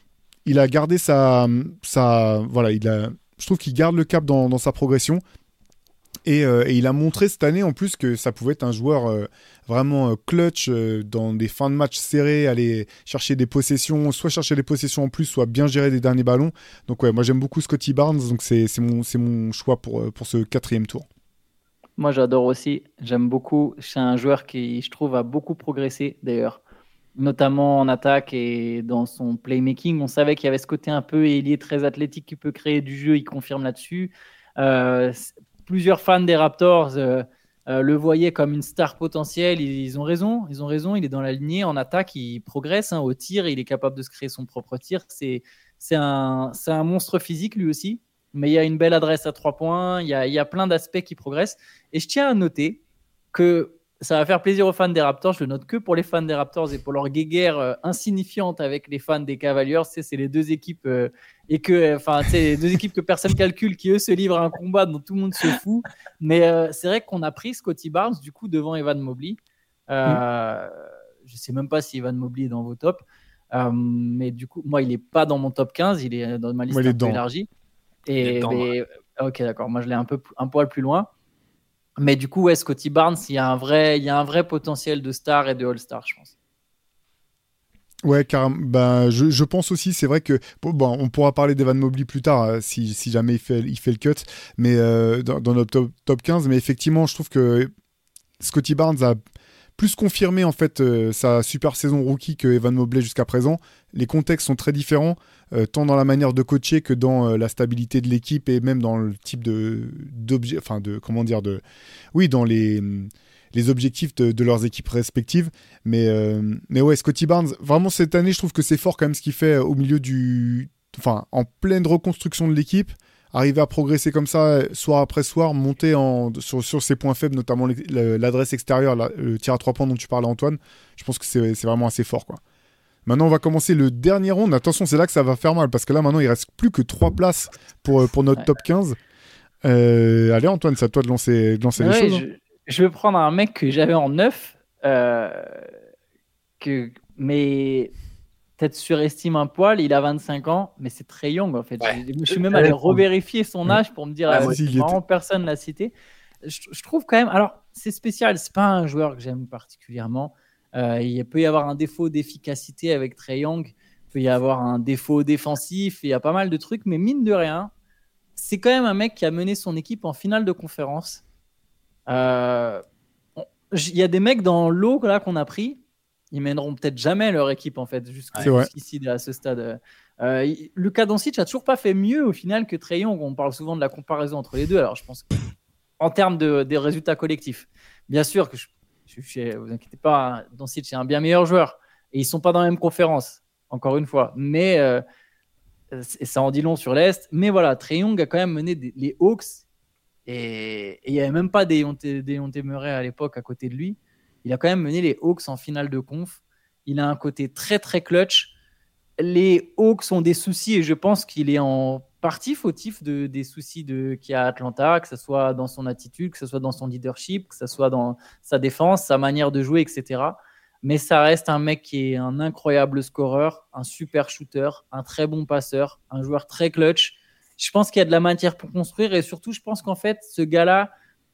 Il a gardé sa... sa voilà, il a, je trouve qu'il garde le cap dans, dans sa progression. Et, euh, et il a montré cette année en plus que ça pouvait être un joueur euh, vraiment euh, clutch euh, dans des fins de match serrées, aller chercher des possessions, soit chercher des possessions en plus, soit bien gérer des derniers ballons. Donc ouais, moi j'aime beaucoup Scottie Barnes, donc c'est, c'est, mon, c'est mon choix pour, euh, pour ce quatrième tour. Moi, j'adore aussi. J'aime beaucoup. C'est un joueur qui, je trouve, a beaucoup progressé d'ailleurs, notamment en attaque et dans son playmaking. On savait qu'il y avait ce côté un peu ailier très athlétique qui peut créer du jeu. Il confirme là-dessus. Euh, plusieurs fans des Raptors euh, euh, le voyaient comme une star potentielle. Ils, ils ont raison. Ils ont raison. Il est dans la lignée. En attaque, il progresse hein, au tir. Il est capable de se créer son propre tir. C'est, c'est, un, c'est un monstre physique lui aussi. Mais il y a une belle adresse à trois points. Il y a, il y a plein d'aspects qui progressent. Et je tiens à noter que ça va faire plaisir aux fans des Raptors. Je le note que pour les fans des Raptors et pour leur guéguerre euh, insignifiante avec les fans des Cavaliers. C'est, c'est les deux équipes euh, et que, enfin, c'est les deux équipes que personne calcule qui eux se livrent à un combat dont tout le monde se fout. Mais euh, c'est vrai qu'on a pris Scottie Barnes du coup devant Evan Mobley. Euh, mmh. Je sais même pas si Evan Mobley est dans vos tops, euh, mais du coup, moi, il est pas dans mon top quinze. Il est dans ma liste ouais, un peu élargie. Et dedans, mais, ouais. Ok, d'accord. Moi, je l'ai un peu un poil plus loin. Mais du coup, ouais, Scottie Barnes, il y a un vrai, il y a un vrai potentiel de star et de all-star, je pense. Ouais, carrément. Ben, je, je pense aussi, c'est vrai que bon, on pourra parler d'Evan Mobley plus tard euh, si, si jamais il fait, il fait le cut, mais euh, dans, dans notre top, top quinze. Mais effectivement, je trouve que Scottie Barnes a plus confirmé en fait euh, sa super saison rookie que Evan Mobley jusqu'à présent. Les contextes sont très différents, euh, tant dans la manière de coacher que dans euh, la stabilité de l'équipe et même dans le type de d'objet, enfin de comment dire de, oui, dans les les objectifs de, de leurs équipes respectives. Mais euh, mais ouais, Scottie Barnes, vraiment cette année, je trouve que c'est fort quand même ce qu'il fait au milieu du, enfin en pleine reconstruction de l'équipe. Arriver à progresser comme ça, soir après soir, monter en, sur, sur ses points faibles, notamment l'adresse extérieure, la, le tir à trois points dont tu parlais, Antoine, je pense que c'est, c'est vraiment assez fort, quoi. Maintenant, on va commencer le dernier round. Attention, c'est là que ça va faire mal, parce que là, maintenant, il reste plus que trois places pour, pour notre ouais. top quinze. Euh, allez, Antoine, c'est à toi de lancer, de lancer ouais, les choses. Je, hein. je vais prendre un mec que j'avais en neuf, euh, que, mais... peut-être surestime un poil, il a vingt-cinq ans, mais c'est Trae Young en fait. Ouais. Je, je suis même allé revérifier son âge pour me dire, ouais, ah, moi, vraiment était... personne ne l'a cité. Je, je trouve quand même, alors c'est spécial, c'est pas un joueur que j'aime particulièrement. Euh, il peut y avoir un défaut d'efficacité avec Trae Young, il peut y avoir un défaut défensif, il y a pas mal de trucs, mais mine de rien, c'est quand même un mec qui a mené son équipe en finale de conférence. Euh, on, il y a des mecs dans l'eau là qu'on a pris. Ils mèneront peut-être jamais leur équipe en fait jusqu'ici à ce stade. Euh, Luka Doncic a toujours pas fait mieux au final que Trae Young. On parle souvent de la comparaison entre les deux. Alors je pense qu'en termes de des résultats collectifs, bien sûr que je, je, je vous inquiétez pas, hein, Doncic est un bien meilleur joueur et ils sont pas dans la même conférence. Encore une fois, mais euh, ça en dit long sur l'Est. Mais voilà, Trae Young a quand même mené des, les Hawks et il y avait même pas des Dejounte Murray à l'époque à côté de lui. Il a quand même mené les Hawks en finale de conf. Il a un côté très, très clutch. Les Hawks ont des soucis et je pense qu'il est en partie fautif de, des soucis de, qu'il y a à Atlanta, que ce soit dans son attitude, que ce soit dans son leadership, que ce soit dans sa défense, sa manière de jouer, et cetera. Mais ça reste un mec qui est un incroyable scoreur, un super shooter, un très bon passeur, un joueur très clutch. Je pense qu'il y a de la matière pour construire et surtout, je pense qu'en fait, ce gars-là,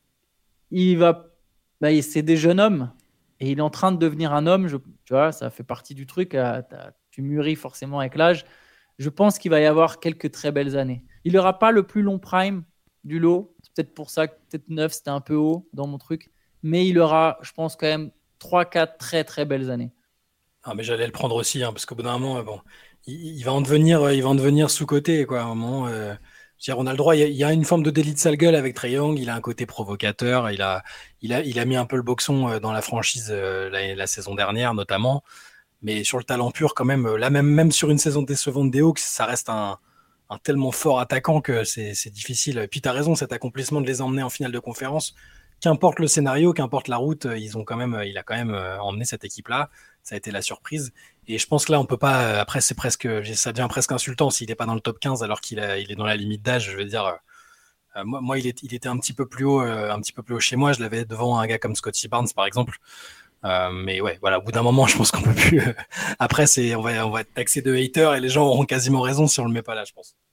il va, bah, c'est des jeunes hommes et il est en train de devenir un homme. Je, tu vois, ça fait partie du truc. Euh, tu mûris forcément avec l'âge. Je pense qu'il va y avoir quelques très belles années. Il n'aura pas le plus long prime du lot. C'est peut-être pour ça que peut-être neuf, c'était un peu haut dans mon truc. Mais il aura, je pense, quand même trois quatre très très belles années. Ah, mais j'allais le prendre aussi, hein, parce qu'au bout d'un moment, bon, il, il va en devenir, il va en devenir sous-côté, quoi. À un moment, euh, je veux dire, on a le droit. Il y a, il y a une forme de délit de sale gueule avec Trae Young. Il a un côté provocateur. Il a, il a, il a mis un peu le boxon dans la franchise euh, la, la saison dernière, notamment. Mais sur le talent pur, quand même, là même, même sur une saison décevante des Hawks, ça reste un, un tellement fort attaquant que c'est, c'est difficile. Et puis t'as raison, cet accomplissement de les emmener en finale de conférence. Qu'importe le scénario, qu'importe la route, ils ont quand même, il a quand même emmené cette équipe-là. Ça a été la surprise. Et je pense que là, on peut pas. Après, c'est presque, ça devient presque insultant s'il n'est pas dans le top quinze alors qu'il a, il est dans la limite d'âge. Je veux dire, euh, moi, moi, il, est, il était un petit peu plus haut, euh, un petit peu plus haut chez moi. Je l'avais devant un gars comme Scottie Barnes, par exemple. Euh, mais ouais, voilà. Au bout d'un moment, je pense qu'on peut plus. Euh, après, c'est, on va, on va être taxé de haters et les gens auront quasiment raison si on le met pas là, je pense.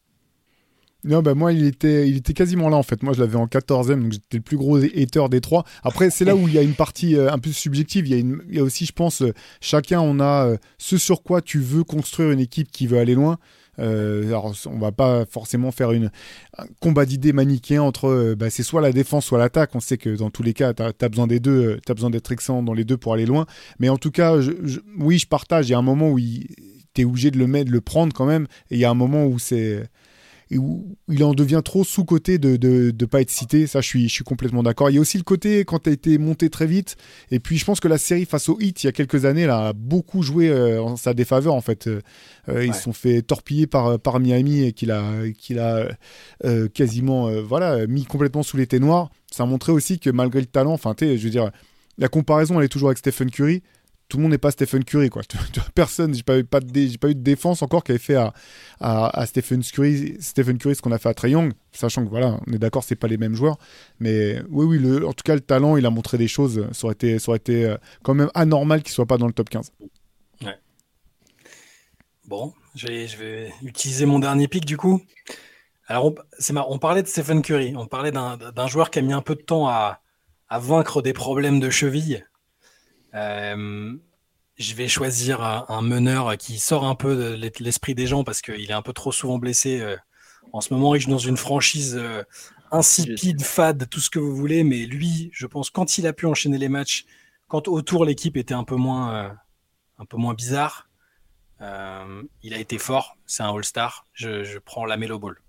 Non, bah moi, il était, il était quasiment là, en fait. Moi, je l'avais en quatorzième, donc j'étais le plus gros hater des trois. Après, c'est là où il y a une partie euh, un peu subjective. Il y a, une, il y a aussi, je pense, euh, chacun, on a euh, ce sur quoi tu veux construire une équipe qui veut aller loin. Euh, alors, on va pas forcément faire une, un combat d'idées manichéen entre euh, bah, c'est soit la défense, soit l'attaque. On sait que dans tous les cas, tu as besoin des deux, euh, tu as besoin d'être excellent dans les deux pour aller loin. Mais en tout cas, je, je, oui, je partage. Il y a un moment où tu es obligé de le mettre, de le prendre quand même. Et il y a un moment où c'est... et où il en devient trop sous-côté de de de pas être cité. Ça, je suis je suis complètement d'accord. Il y a aussi le côté quand tu as été monté très vite. Et puis je pense que la série face au Heat il y a quelques années là a beaucoup joué euh, en sa défaveur en fait. Euh, ouais. Ils se sont fait torpiller par par Miami et qu'il a qu'il a euh, quasiment euh, voilà mis complètement sous les thés noirs. Ça a montré aussi que malgré le talent, enfin tu sais, je veux dire, la comparaison elle est toujours avec Stephen Curry. Tout le monde n'est pas Stephen Curry, quoi. Personne, j'ai pas eu, pas de, j'ai pas eu de défense encore qui avait fait à, à, à Stephen Curry, Stephen Curry ce qu'on a fait à Trae Young, sachant que voilà, on est d'accord, c'est pas les mêmes joueurs. Mais oui, oui, le, en tout cas, le talent, il a montré des choses. Ça aurait été, ça aurait été quand même anormal qu'il soit pas dans le top quinze. Ouais. Bon, je vais, je vais utiliser mon dernier pick du coup. Alors, on, c'est marrant, on parlait de Stephen Curry, on parlait d'un, d'un joueur qui a mis un peu de temps à, à vaincre des problèmes de cheville. Euh, je vais choisir un, un meneur qui sort un peu de l'esprit des gens parce qu'il est un peu trop souvent blessé. Euh, en ce moment, il joue dans une franchise euh, insipide, fade, tout ce que vous voulez. Mais lui, je pense, quand il a pu enchaîner les matchs, quand autour l'équipe était un peu moins, euh, un peu moins bizarre, euh, il a été fort. C'est un All-Star. Je, je prends LaMelo Ball.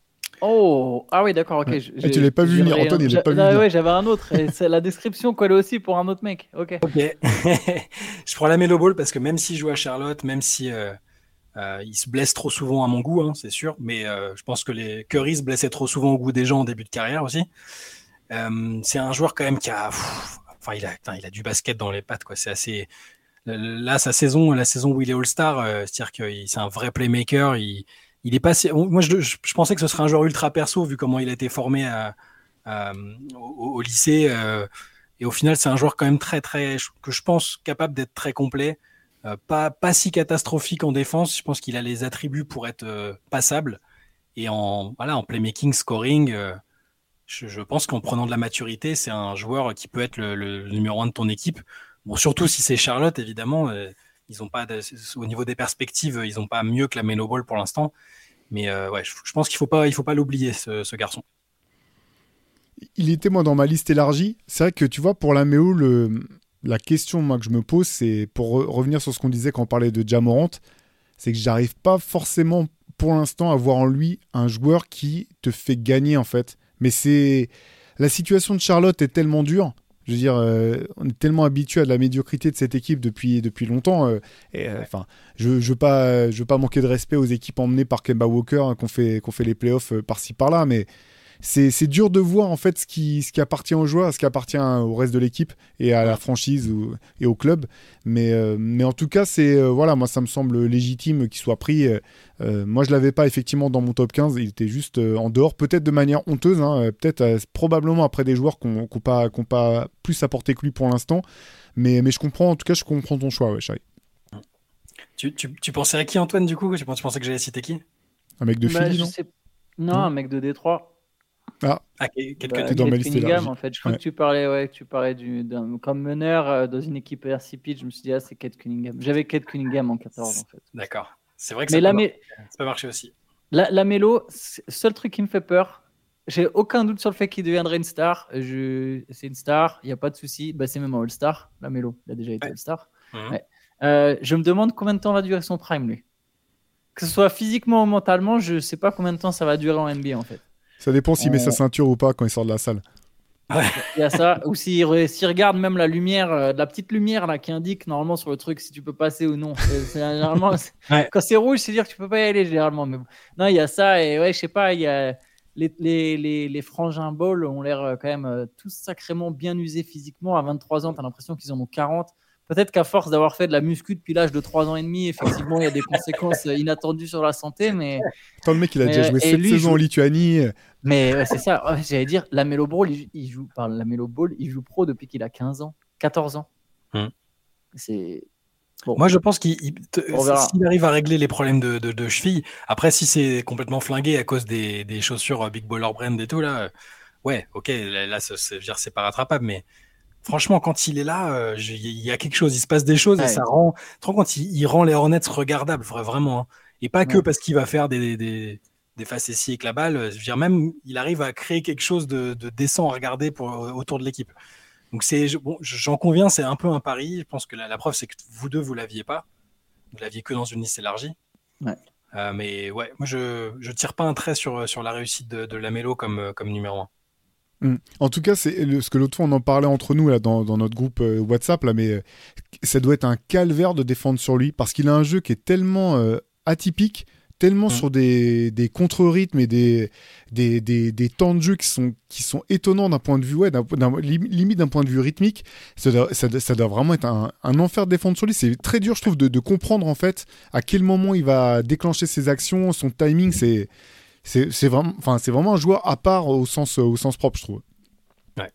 Oh, ah oui, d'accord, ok. Ouais. Ah, tu l'avais pas vu venir, Antoine, il l'avait pas vu venir. Ouais, j'avais un autre. Et c'est la description collait aussi pour un autre mec. Ok. Ok. Je prends LaMelo Ball parce que même s'il joue à Charlotte, même si euh, euh, il se blesse trop souvent à mon goût, hein, c'est sûr, mais euh, je pense que les Curry se blessaient trop souvent au goût des gens en début de carrière aussi. Euh, c'est un joueur quand même qui a, pff, enfin, il a, putain, il a du basket dans les pattes, quoi. C'est assez. Là, sa saison, la saison où il est All-Star, euh, c'est-à-dire que c'est un vrai playmaker. Il Il est pas. Moi, je, je, je pensais que ce serait un joueur ultra perso vu comment il a été formé à, à, au, au lycée. Euh, et au final, c'est un joueur quand même très, très que je pense capable d'être très complet. Euh, pas, pas si catastrophique en défense. Je pense qu'il a les attributs pour être euh, passable. Et en voilà, en playmaking, scoring, euh, je, je pense qu'en prenant de la maturité, c'est un joueur qui peut être le, le, le numéro un de ton équipe. Bon, surtout si c'est Charlotte, évidemment. Euh, Ils ont pas de, au niveau des perspectives, ils n'ont pas mieux que LaMelo Ball pour l'instant. Mais euh, ouais, je, je pense qu'il faut pas, il faut pas l'oublier, ce, ce garçon. Il était moi dans ma liste élargie. C'est vrai que tu vois, pour LaMelo, le, la question moi, que je me pose, c'est pour re- revenir sur ce qu'on disait quand on parlait de Ja Morant, c'est que j'arrive pas forcément pour l'instant à voir en lui un joueur qui te fait gagner en fait. Mais c'est la situation de Charlotte est tellement dure. Je veux dire, euh, on est tellement habitué à de la médiocrité de cette équipe depuis, depuis longtemps. Euh, et, euh, ouais. Je ne veux, veux pas manquer de respect aux équipes emmenées par Kemba Walker hein, qu'on fait, qu'on fait les playoffs euh, par-ci par-là, mais c'est, c'est dur de voir en fait ce qui, ce qui appartient aux joueurs, ce qui appartient au reste de l'équipe et à la franchise ou, et au club. Mais, euh, mais en tout cas, c'est, euh, voilà, moi, ça me semble légitime qu'il soit pris. Euh, euh, moi, je ne l'avais pas effectivement dans mon top quinze. Il était juste euh, en dehors, peut-être de manière honteuse, hein, euh, peut-être euh, probablement après des joueurs qui n'ont pas, qui ont pas plus apporté que lui pour l'instant. Mais, mais je comprends, en tout cas, je comprends ton choix, ouais, Shai. Tu, tu, tu pensais à qui, Antoine, du coup? Tu pensais que j'allais citer qui? Un mec de Bah, Philly, je non sais... Non, un mec de Détroit. Ah, Ah, quelqu'un Bah, T'es dans ma Kate liste Cunningham, élargie. en fait. Je crois Ouais. que tu parlais, ouais, que tu parlais du, d'un, comme meneur euh, dans une équipe insipide. Je me suis dit, ah, c'est Kate Cunningham. J'avais Kate Cunningham en quatorze, en fait. D'accord. C'est vrai que Mais ça, la, peut mé... marcher. ça peut marcher aussi. la, la Mélo, c'est le seul truc qui me fait peur. J'ai aucun doute sur le fait qu'il deviendrait une star. Je... C'est une star, il n'y a pas de souci. Bah, c'est même un All-Star, la Mélo. Il a déjà été Ouais. All-Star. Mhm. Ouais. Euh, je me demande combien de temps va durer son prime, lui. Que ce soit physiquement ou mentalement, je ne sais pas combien de temps ça va durer en N B A, en fait. Ça dépend s'il met On- sa ceinture ou pas quand il sort de la salle. Il y a ça. Ou s'il re- s'il regarde même la lumière, euh, la petite lumière là, qui indique normalement sur le truc si tu peux passer ou non. C'est- c'est- généralement, c'est- Ouais. Quand c'est rouge, c'est dire que tu peux pas y aller généralement. Mais bon. Non, il y a ça. Et ouais, je sais pas, il y a les, les, les, les frangins Ball ont l'air euh, quand même euh, tous sacrément bien usés physiquement. À vingt-trois ans, tu as l'impression qu'ils en ont quarante. Peut-être qu'à force d'avoir fait de la muscu depuis l'âge de trois ans et demi, effectivement, il y a des conséquences euh, inattendues sur la santé. Mais, Attends, le mec, il a Mais, déjà joué et sept lui, saisons joue- en Lituanie. mais ouais, c'est ça. Ouais, j'allais dire, la Melo Ball, il, il joue par la Melo Ball, il joue pro depuis qu'il a quinze ans, quatorze ans. Hmm. C'est bon. Moi, je pense qu'il il- te- On verra. s'il arrive à régler les problèmes de, de, de cheville, après, si c'est complètement flingué à cause des, des chaussures euh, Big Baller Brand et tout, là, euh, ouais, ok, là, là, c'est, c'est, je veux dire, c'est pas rattrapable, mais franchement, quand il est là, euh, je- il y a quelque chose, il se passe des choses Ouais. et ça rend, tu te rends compte, il, il rend les Hornets regardables, vra- vraiment, hein. Et pas que Ouais. parce qu'il va faire des, des, des facéties avec la balle, euh, je veux dire, même, il arrive à créer quelque chose de, de décent à regarder pour, autour de l'équipe. Donc, c'est, je- bon, j'en conviens, c'est un peu un pari. Je pense que la, la preuve, c'est que vous deux, vous l'aviez pas. Vous l'aviez que dans une liste élargie. Ouais. Euh, mais ouais, moi, je je tire pas un trait sur, sur la réussite de, de la Mélo comme, euh, comme numéro un. Mm. En tout cas, c'est le, ce que l'autre fois on en parlait entre nous là dans, dans notre groupe euh, WhatsApp là, mais euh, ça doit être un calvaire de défendre sur lui parce qu'il a un jeu qui est tellement euh, atypique, tellement Mm. sur des, des contre-rythmes et des, des, des, des temps de jeu qui sont, qui sont étonnants d'un point de vue, ouais, d'un, d'un, lim- limite d'un point de vue rythmique. Ça doit, ça, doit- ça doit vraiment être un, un enfer de défendre sur lui. C'est très dur, je trouve, de, de comprendre en fait à quel moment il va déclencher ses actions, son timing. C'est, c'est, c'est vraiment, enfin, c'est vraiment un joueur à part au sens, au sens propre, je trouve. Ouais.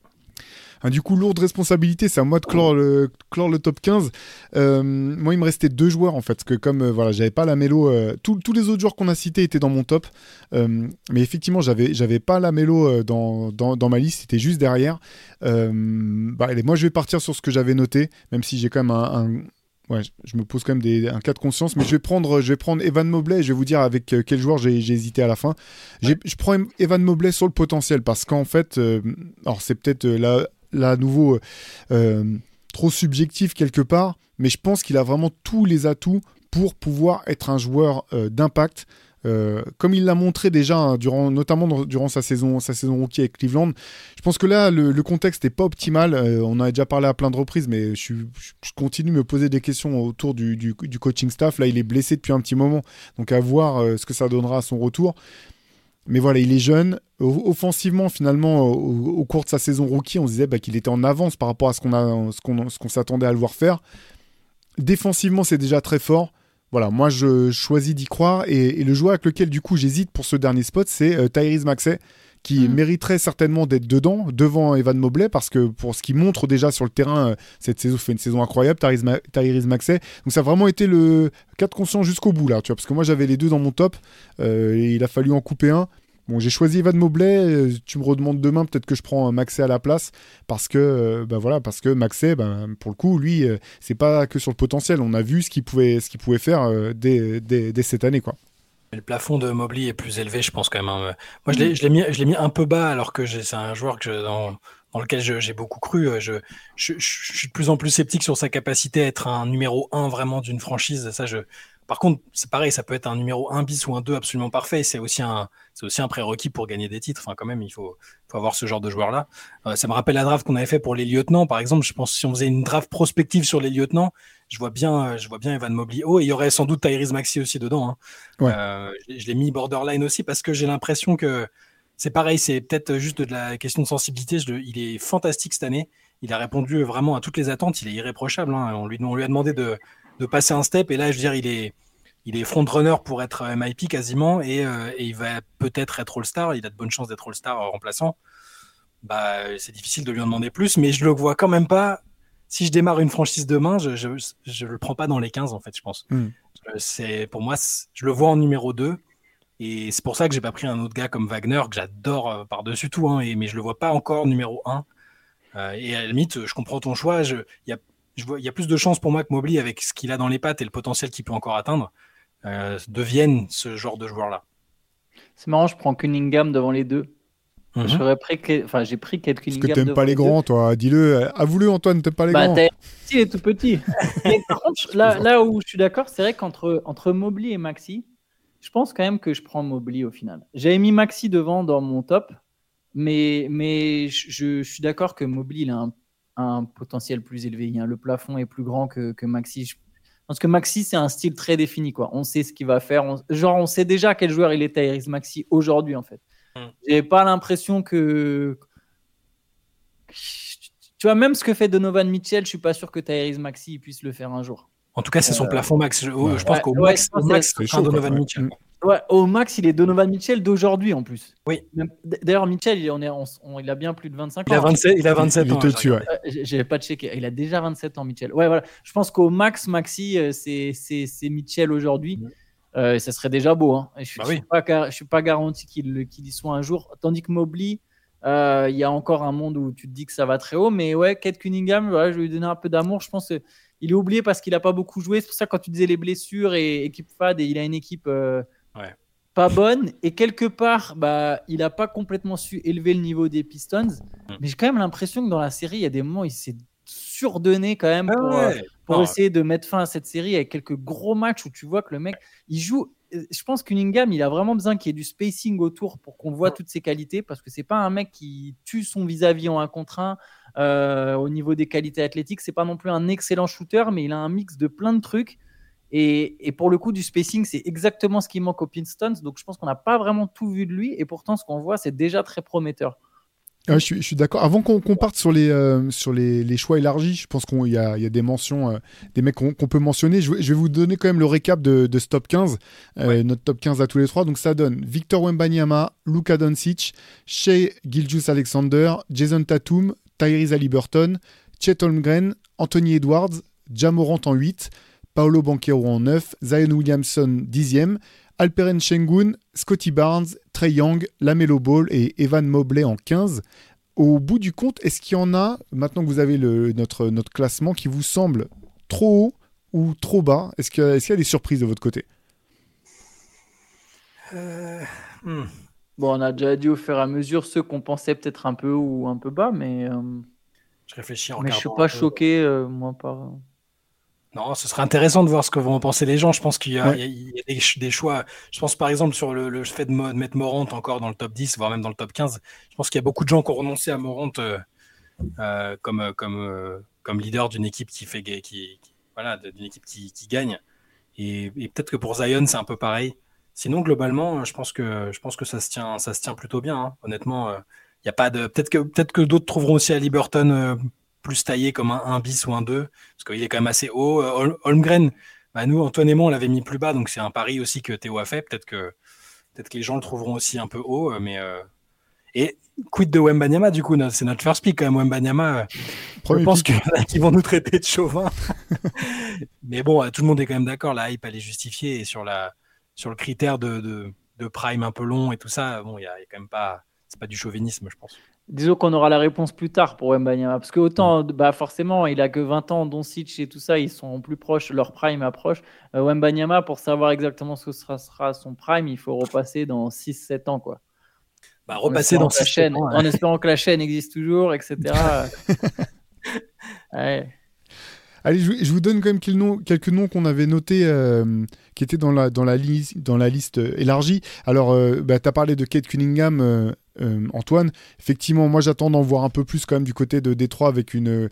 Ah, du coup, lourde responsabilité, c'est à moi de clore le, clore le top quinze. Euh, moi, il me restait deux joueurs, en fait, parce que comme euh, voilà, j'avais pas la Mélo, euh, tous tous les autres joueurs qu'on a cités étaient dans mon top. Euh, mais effectivement, j'avais, j'avais pas la Mélo euh, dans, dans, dans ma liste, c'était juste derrière. Euh, bah, allez, moi, je vais partir sur ce que j'avais noté, même si j'ai quand même un... un ouais, je me pose quand même des, un cas de conscience, mais je vais prendre, je vais prendre Evan Mobley et je vais vous dire avec euh, quel joueur j'ai, j'ai hésité à la fin. J'ai, je prends Evan Mobley sur le potentiel parce qu'en fait, euh, alors c'est peut-être euh, là, là à nouveau euh, trop subjectif quelque part, mais je pense qu'il a vraiment tous les atouts pour pouvoir être un joueur euh, d'impact. Euh, comme il l'a montré déjà, hein, durant, notamment dans- durant sa saison, sa saison rookie avec Cleveland. Je pense que là, le, le contexte n'est pas optimal. Euh, on en a déjà parlé à plein de reprises, mais je, suis- je continue de me poser des questions autour du, du, du coaching staff. Là, il est blessé depuis un petit moment, donc à voir euh, ce que ça donnera à son retour. Mais voilà, il est jeune. O- Offensivement, finalement, au, au cours de sa saison rookie, on se disait bah, qu'il était en avance par rapport à ce qu'on, a, ce qu'on, ce qu'on s'attendait à le voir faire. Défensivement, c'est déjà très fort. Voilà, moi je choisis d'y croire et, et le joueur avec lequel du coup j'hésite pour ce dernier spot, c'est euh, Tyrese Maxey qui Mm. mériterait certainement d'être dedans, devant Evan Mobley, parce que pour ce qu'il montre déjà sur le terrain, euh, cette saison fait une saison incroyable, Tyrese, Ma- Tyrese Maxey. Donc ça a vraiment été le cas de conscience jusqu'au bout là, tu vois, parce que moi j'avais les deux dans mon top euh, et il a fallu en couper un. Bon, j'ai choisi Evan Mobley. euh, Tu me redemandes demain, peut-être que je prends euh, Maxey à la place parce que, euh, bah voilà, parce que Maxey, bah, pour le coup, lui, euh, c'est pas que sur le potentiel. On a vu ce qu'il pouvait, ce qu'il pouvait faire euh, dès, dès, dès cette année, quoi. Le plafond de Mobley est plus élevé, je pense quand même, hein. Moi, je l'ai, je l'ai mis, je l'ai mis un peu bas, alors que j'ai, c'est un joueur que je- dans, dans lequel je- j'ai beaucoup cru. Je, je, je- je suis de plus en plus sceptique sur sa capacité à être un numéro un vraiment d'une franchise. Ça, je... Par contre, c'est pareil, ça peut être un numéro un bis ou un deux absolument parfait. C'est aussi un, c'est aussi un prérequis pour gagner des titres. Enfin, quand même, il faut, faut avoir ce genre de joueur-là. Euh, ça me rappelle la draft qu'on avait fait pour les lieutenants, par exemple. Je pense que si on faisait une draft prospective sur les lieutenants, je vois bien, euh, je vois bien Evan Mobley. Oh, et il y aurait sans doute Tyrese Maxey aussi dedans, hein. Ouais. Euh, je, je l'ai mis borderline aussi parce que j'ai l'impression que c'est pareil, c'est peut-être juste de la question de sensibilité. Je, il est fantastique cette année. Il a répondu vraiment à toutes les attentes. Il est irréprochable. Hein. On, lui, on lui a demandé de, de passer un step. Et là, je veux dire, il est, il est front-runner pour être M I P quasiment. Et, euh, et il va peut-être être All-Star. Il a de bonnes chances d'être All-Star euh, remplaçant. Bah, c'est difficile de lui en demander plus. Mais je le vois quand même pas. Si je démarre une franchise demain, je ne je, je le prends pas dans les quinze, en fait, je pense. Mm. C'est, pour moi, je le vois en numéro deux. Et c'est pour ça que j'ai pas pris un autre gars comme Wagner, que j'adore euh, par-dessus tout. Hein, et, mais je le vois pas encore numéro un. Euh, et à la limite, je comprends ton choix. Il y a, y a plus de chances pour moi que Mobley, avec ce qu'il a dans les pattes et le potentiel qu'il peut encore atteindre, euh, devienne ce genre de joueur-là. C'est marrant, je prends Cunningham devant les deux. Mm-hmm. J'aurais pris, enfin, j'ai pris Kate Cunningham. Parce que t'aimes pas les, les grands, toi. Dis-le. Avoue-le, Antoine, t'aimes pas les bah, grands. Il est tout petit. Mais par contre, là, là où je suis d'accord, c'est vrai qu'entre entre Mobley et Maxi, je pense quand même que je prends Mobley au final. J'avais mis Maxi devant dans mon top. Mais, mais je, je suis d'accord que Mobley il a un, un potentiel plus élevé. Le plafond est plus grand que, que Maxi. Je pense que Maxi, c'est un style très défini, quoi. On sait ce qu'il va faire. On, genre, on sait déjà quel joueur il est, Tyrese Maxi, aujourd'hui, en fait. Mm. J'ai pas l'impression que... Tu vois, même ce que fait Donovan Mitchell, je suis pas sûr que Tyrese Maxi puisse le faire un jour. En tout cas, c'est son euh... plafond max. Je, ouais. je pense ouais, qu'au ouais, max, au max c'est, c'est chaud, Donovan Mitchell. Ouais, au max, il est Donovan Mitchell d'aujourd'hui en plus. Oui. D'ailleurs, Mitchell, il, on est, on, on, il a bien plus de vingt-cinq il ans. A vingt-sept, il a vingt-sept il ans. Il te tue, ouais. J'ai pas checké. Il a déjà vingt-sept ans, Mitchell. Ouais, voilà. Je pense qu'au max, Maxi, c'est, c'est, c'est Mitchell aujourd'hui. Mmh. Euh, ça serait déjà beau. Hein. Je ne bah oui. suis, suis pas garanti qu'il, qu'il y soit un jour. Tandis que Mobley, il euh, y a encore un monde où tu te dis que ça va très haut. Mais ouais, Kate Cunningham, voilà, je vais lui donner un peu d'amour. Je pense qu'il est oublié parce qu'il n'a pas beaucoup joué. C'est pour ça que quand tu disais les blessures et équipe fade, et il a une équipe. Euh, ouais. Pas bonne, et quelque part, bah, il n'a pas complètement su élever le niveau des Pistons. Mmh. Mais j'ai quand même l'impression que dans la série, il y a des moments où il s'est surdonné quand même pour, ah ouais. euh, pour oh. essayer de mettre fin à cette série avec quelques gros matchs où tu vois que le mec, il joue. Je pense que Cunningham, il a vraiment besoin qu'il y ait du spacing autour pour qu'on voit mmh. toutes ses qualités, parce que c'est pas un mec qui tue son vis-à-vis en un contre un euh, au niveau des qualités athlétiques. C'est pas non plus un excellent shooter, mais il a un mix de plein de trucs. Et, et pour le coup, du spacing, c'est exactement ce qui manque aux Pistons. Donc, je pense qu'on n'a pas vraiment tout vu de lui. Et pourtant, ce qu'on voit, c'est déjà très prometteur. Ouais, je, suis, je suis d'accord. Avant qu'on, qu'on parte sur les, euh, sur les, les choix élargis, je pense qu'il y a, il y a des mentions, euh, des mecs qu'on, qu'on peut mentionner. Je, je vais vous donner quand même le récap de, de ce top quinze, euh, ouais. notre top quinze à tous les trois. Donc, ça donne Victor Wembanyama, Luka Doncic, Shai Gilgeous-Alexander, Jason Tatum, Tyrese Haliburton, Chet Holmgren, Anthony Edwards, Ja Morant en huit, Paolo Banchero en neuf, Zion Williamson dixième, Alperen Sengun, Scotty Barnes, Trae Young, LaMelo Ball et Evan Mobley en quinze. Au bout du compte, est-ce qu'il y en a, maintenant que vous avez le, notre, notre classement, qui vous semble trop haut ou trop bas ? Est-ce qu'il y a, est-ce qu'il y a des surprises de votre côté ? euh, hmm. Bon, on a déjà dit au fur et à mesure ceux qu'on pensait peut-être un peu haut ou un peu bas, mais, euh, je réfléchis en mais je ne suis pas choqué, euh, moi, par... Non, ce serait intéressant de voir ce que vont en penser les gens. Je pense qu'il y a, ouais. il y a des, des choix. Je pense par exemple sur le, le fait de, de mettre Morant encore dans le top dix, voire même dans le top quinze. Je pense qu'il y a beaucoup de gens qui ont renoncé à Morant euh, euh, comme, comme, euh, comme leader d'une équipe qui fait, qui, qui, voilà, d'une équipe qui, qui gagne. Et, et peut-être que pour Zion, c'est un peu pareil. Sinon, globalement, je pense que, je pense que ça se tient, ça se tient plutôt bien. Hein. Honnêtement, il euh, y a pas de. Peut-être que, peut-être que d'autres trouveront aussi Haliburton euh, plus taillé comme un un bis ou un deux, parce qu'il est quand même assez haut. Hol- Holmgren, bah nous, Antoine et moi, on l'avait mis plus bas, donc c'est un pari aussi que Théo a fait. Peut-être que, peut-être que les gens le trouveront aussi un peu haut, mais... Euh... Et quid de Wembanyama, du coup, c'est notre first pick quand même, Wembanyama. Je pense qu'il y en a qui vont nous traiter de chauvin. Mais bon, tout le monde est quand même d'accord, la hype, elle est justifiée, et sur, la, sur le critère de, de, de prime un peu long et tout ça, bon, il y a, y a quand même pas... C'est pas du chauvinisme, je pense. Disons qu'on aura la réponse plus tard pour Wembanyama, parce que autant, bah forcément, il a que vingt ans, Doncic et tout ça, ils sont plus proches, leur prime approche. Euh, Wembanyama, pour savoir exactement ce que sera, sera son prime, il faut repasser dans six sept ans, quoi. Bah, repasser dans la chaîne, ans, ouais. En espérant que la chaîne existe toujours, et cetera. Ouais. Allez, je, je vous donne quand même quelques noms, quelques noms qu'on avait notés, euh, qui étaient dans la, dans la, li- dans la liste élargie. Alors, euh, bah, tu as parlé de Kate Cunningham, euh, euh, Antoine. Effectivement, moi, j'attends d'en voir un peu plus quand même du côté de Détroit avec une,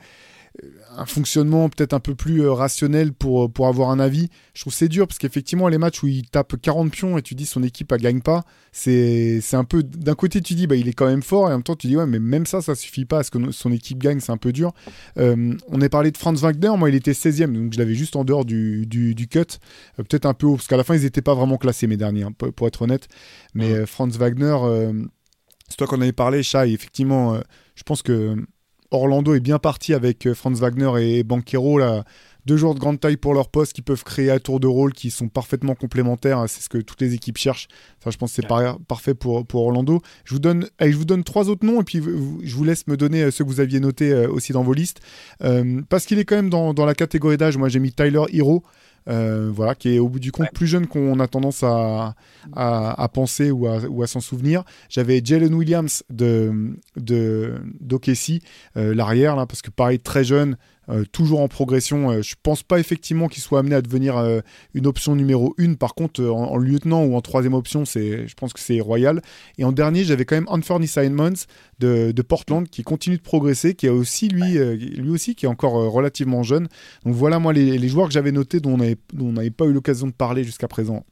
un fonctionnement peut-être un peu plus euh, rationnel pour, pour avoir un avis. Je trouve que c'est dur parce qu'effectivement, les matchs où il tape quarante pions et tu dis son équipe ne gagne pas, c'est, c'est un peu. D'un côté, tu dis bah, il est quand même fort et en même temps, tu dis ouais, mais même ça, ça suffit pas à ce que son équipe gagne, c'est un peu dur. Euh, on a parlé de Franz Wagner, moi il était seizième, donc je l'avais juste en dehors du, du, du cut. Euh, peut-être un peu haut, parce qu'à la fin, ils n'étaient pas vraiment classés, mes derniers, hein, pour, pour être honnête. Mais euh, Franz Wagner, euh, c'est toi qu'on avait parlé, Shai, effectivement, euh, je pense que. Orlando est bien parti avec Franz Wagner et Banchero, là, deux joueurs de grande taille pour leur poste qui peuvent créer à tour de rôle, qui sont parfaitement complémentaires. C'est ce que toutes les équipes cherchent. Ça, je pense que c'est par- parfait pour, pour Orlando. Je vous, donne, allez, je vous donne trois autres noms et puis vous, je vous laisse me donner ceux que vous aviez notés euh, aussi dans vos listes. Euh, parce qu'il est quand même dans, dans la catégorie d'âge. Moi, j'ai mis Tyler Hero. Euh, voilà, qui est au bout du compte ouais. plus jeune qu'on a tendance à, à, à penser ou à, ou à s'en souvenir. J'avais Jalen Williams de, de, d'O K C, euh, l'arrière, là, parce que pareil, très jeune, euh, toujours en progression. Euh, je pense pas effectivement qu'il soit amené à devenir euh, une option numéro une. Par contre, en, en lieutenant ou en troisième option, c'est, je pense que c'est royal. Et en dernier, j'avais quand même Anthony Simons de, de Portland qui continue de progresser, qui est aussi lui, euh, lui aussi qui est encore euh, relativement jeune. Donc voilà moi les, les joueurs que j'avais notés dont on avait, dont on n'avait pas eu l'occasion de parler jusqu'à présent.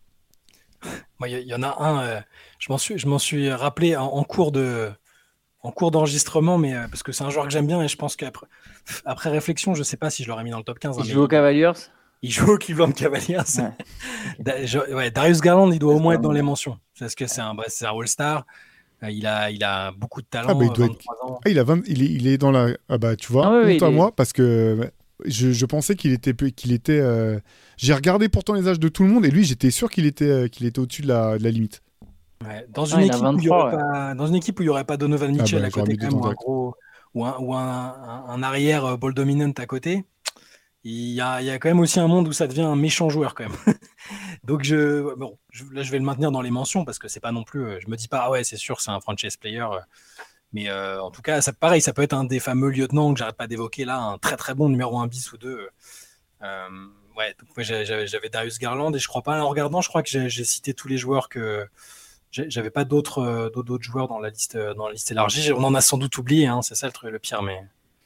Moi, il y, y en a un. Euh, je m'en suis, je m'en suis rappelé en, en cours de. En cours d'enregistrement, mais euh, parce que c'est un joueur que j'aime bien et je pense qu'après après réflexion, je sais pas si je l'aurais mis dans le top quinze. Il hein, joue aux Cavaliers. Il joue au Cleveland Cavaliers. Ouais. Da, je, ouais, Darius Garland, il doit au moins être dans les mentions parce que c'est un, bah, c'est un All-Star. Euh, il a, il a beaucoup de talent. Ah bah il doit être... ans. Ah, il a vingt... il, est, il est dans la. Ah bah tu vois, ah oui, honte à est... moi parce que. Je, je pensais qu'il était, qu'il était. Euh... J'ai regardé pourtant les âges de tout le monde et lui, j'étais sûr qu'il était, euh, qu'il était au-dessus de la, de la limite. Ouais, dans, une ah, vingt-trois, où il y aurait ouais. pas, dans une équipe où il n'y aurait pas Donovan Mitchell ah bah, à côté, quand même, ou, un, gros, ou, un, ou un, un, un arrière euh, ball dominant à côté, il y, a, il y a quand même aussi un monde où ça devient un méchant joueur quand même. Donc je, bon, je, là, je vais le maintenir dans les mentions parce que c'est pas non plus. Euh, je me dis pas, ah ouais, c'est sûr, c'est un franchise player. Euh, mais euh, en tout cas, ça, pareil, ça peut être un des fameux lieutenants que j'arrête pas d'évoquer là, un très très bon numéro un bis ou deux. Euh, ouais, donc moi j'avais, j'avais Darius Garland et je crois pas, en regardant, je crois que j'ai, j'ai cité tous les joueurs que. J'avais pas d'autres, euh, d'autres joueurs dans la liste, dans la liste élargie. On en a sans doute oublié, hein, c'est ça le truc le pire. Mais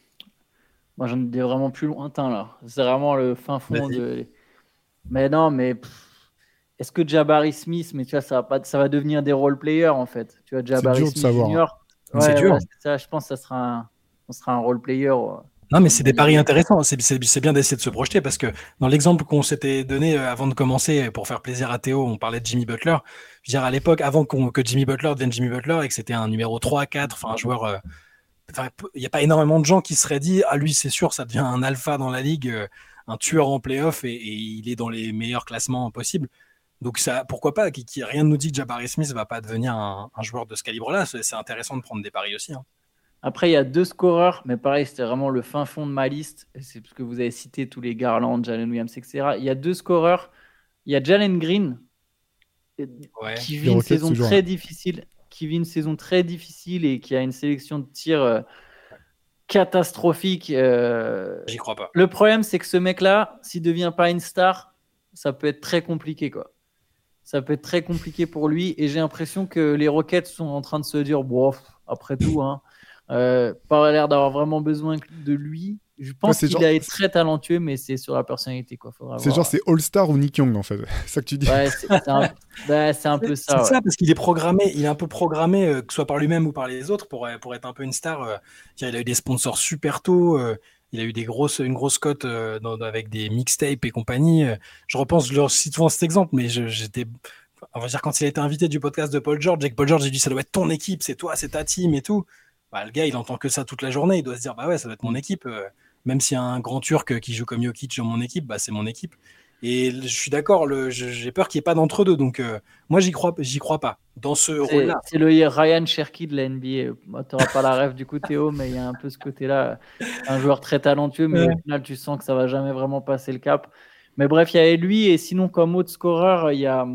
moi, j'en ai vraiment plus lointain là. C'est vraiment le fin fond Vas-y. de. Mais non, mais pff, est-ce que Jabari Smith, mais tu vois, ça va pas, ça va devenir des role players en fait. Tu vois, Jabari c'est dur Smith de savoir. Junior. Ouais, c'est dur. Ouais, c'est ça, je pense que ça sera un, on sera un role player. Ouais. Non, mais c'est des paris intéressants. C'est, c'est, c'est bien d'essayer de se projeter parce que dans l'exemple qu'on s'était donné avant de commencer, pour faire plaisir à Théo, on parlait de Jimmy Butler. Je veux dire, à l'époque, avant qu'on, que Jimmy Butler devienne Jimmy Butler et que c'était un numéro trois, quatre, enfin un joueur. Euh, enfin, il n'y a pas énormément de gens qui seraient dit ah, lui, c'est sûr, ça devient un alpha dans la ligue, euh, un tueur en playoff et, et il est dans les meilleurs classements possibles. Donc, ça, pourquoi pas qui, qui, rien ne nous dit que Jabari Smith ne va pas devenir un, un joueur de ce calibre-là. C'est, c'est intéressant de prendre des paris aussi. Hein. Après, il y a deux scoreurs, mais pareil, c'était vraiment le fin fond de ma liste. C'est parce que vous avez cité tous les Garland, Jalen Williams, et cetera. Il y a deux scoreurs. Il y a Jalen Green, ouais. qui vit une saison très jour. difficile, qui vit une saison très difficile et qui a une sélection de tirs euh, catastrophique. Euh... J'y crois pas. Le problème, c'est que ce mec-là, s'il ne devient pas une star, ça peut être très compliqué, quoi. Ça peut être très compliqué pour lui. Et j'ai l'impression que les Rockets sont en train de se dire, bon, après tout, hein. Euh, pas l'air d'avoir vraiment besoin de lui. Je pense ouais, qu'il genre... est très talentueux, mais c'est sur la personnalité. Quoi. Faudra c'est voir. genre c'est All-Star ou Nick Young en fait. C'est ça que tu dis. Ouais, c'est, c'est, un... ouais, c'est un peu ça. C'est ouais. ça parce qu'il est programmé, il est un peu programmé, euh, que ce soit par lui-même ou par les autres, pour, pour être un peu une star. Euh, il a eu des sponsors super tôt. Euh, il a eu des grosses, une grosse cote euh, dans, avec des mixtapes et compagnie. Euh, je repense, je leur cite souvent cet exemple, mais je, j'étais. On va dire quand il a été invité du podcast de Paul George, et que Paul George a dit ça doit être ton équipe, c'est toi, c'est ta team et tout. Bah, le gars, il entend que ça toute la journée. Il doit se dire, bah ouais, ça doit être mon équipe. Euh, même s'il y a un grand Turc qui joue comme Jokic dans mon équipe, bah c'est mon équipe. Et je suis d'accord, le, je, j'ai peur qu'il n'y ait pas d'entre-deux. Donc, euh, moi, j'y crois, j'y crois pas. Dans ce c'est, rôle-là. C'est le Ryan Cherky de la N B A. Moi, tu n'auras pas la rêve du coup, Théo, mais il y a un peu ce côté-là. Un joueur très talentueux, mais ouais. Au final, tu sens que ça ne va jamais vraiment passer le cap. Mais bref, il y a lui. Et sinon, comme autre scoreur, il y a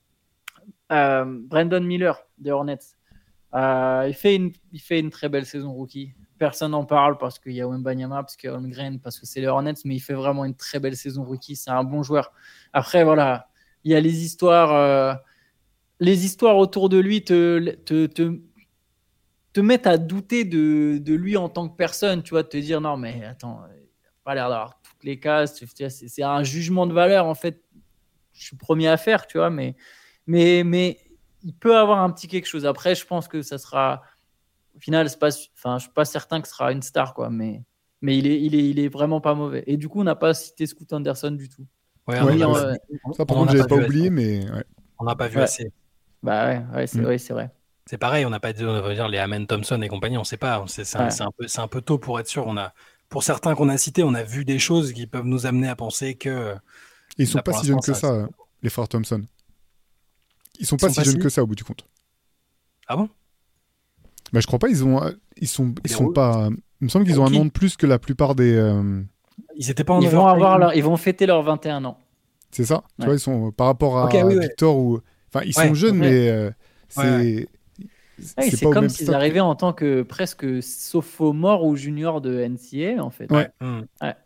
euh, Brandon Miller des Hornets. Euh, il, fait une, il fait une très belle saison rookie. Personne n'en parle parce qu'il y a Wembanyama, parce qu'il y a Holmgren, parce que c'est les Hornets, mais il fait vraiment une très belle saison rookie. C'est un bon joueur. Après, voilà, il y a les histoires, euh, les histoires autour de lui te, te, te, te mettent à douter de, de lui en tant que personne, tu vois, de te dire non, mais attends, il n'a pas l'air d'avoir toutes les cases. C'est, c'est un jugement de valeur, en fait. Je suis premier à faire, tu vois, mais, mais, mais il peut avoir un petit quelque chose. Après, je pense que ça sera. Au final, c'est pas, enfin, je ne suis pas certain que ce sera une star, quoi, mais, mais il, est, il, est, il est vraiment pas mauvais. Et du coup, on n'a pas cité Scoot Anderson du tout. Ouais, Ouais, on bah, a- euh, Ça, par on contre, en a j'avais pas vu oublié, assez. mais ouais. On n'a pas vu Ouais. assez. Bah ouais, ouais, c'est, Mm. ouais, c'est vrai. C'est pareil, on n'a pas dit, on va dire les Amen Thompson et compagnie, on ne sait pas. C'est, c'est, un, Ouais. c'est, un peu, c'est un peu tôt pour être sûr. On a, pour certains qu'on a cités, on a vu des choses qui peuvent nous amener à penser que. Et ils sont Là, pas pour si jeunes l'instant, que ça, ça, euh, les frères Thompson. Ils sont Ils pas sont si pas jeunes si- que ça au bout du compte. Ah bon? Bah, je crois pas, ils ont, ils sont, ils Les sont Ro- pas. Il me semble qu'ils ont un Rookie. an de plus que la plupart des. euh, Ils n'étaient pas en Ils vont, overtime. avoir leur, ils vont fêter leurs vingt et un ans. C'est ça. Tu Ouais. vois, ils sont euh, par rapport à Ok, oui, ouais. Victor ou. Enfin, ils Ouais, sont jeunes, ouais. mais euh, c'est. Ouais, Ouais, c'est c'est pas au comme même s'ils stock. arrivaient en tant que presque sophomore ou junior de N C A A, en fait. Ouais. Hmm.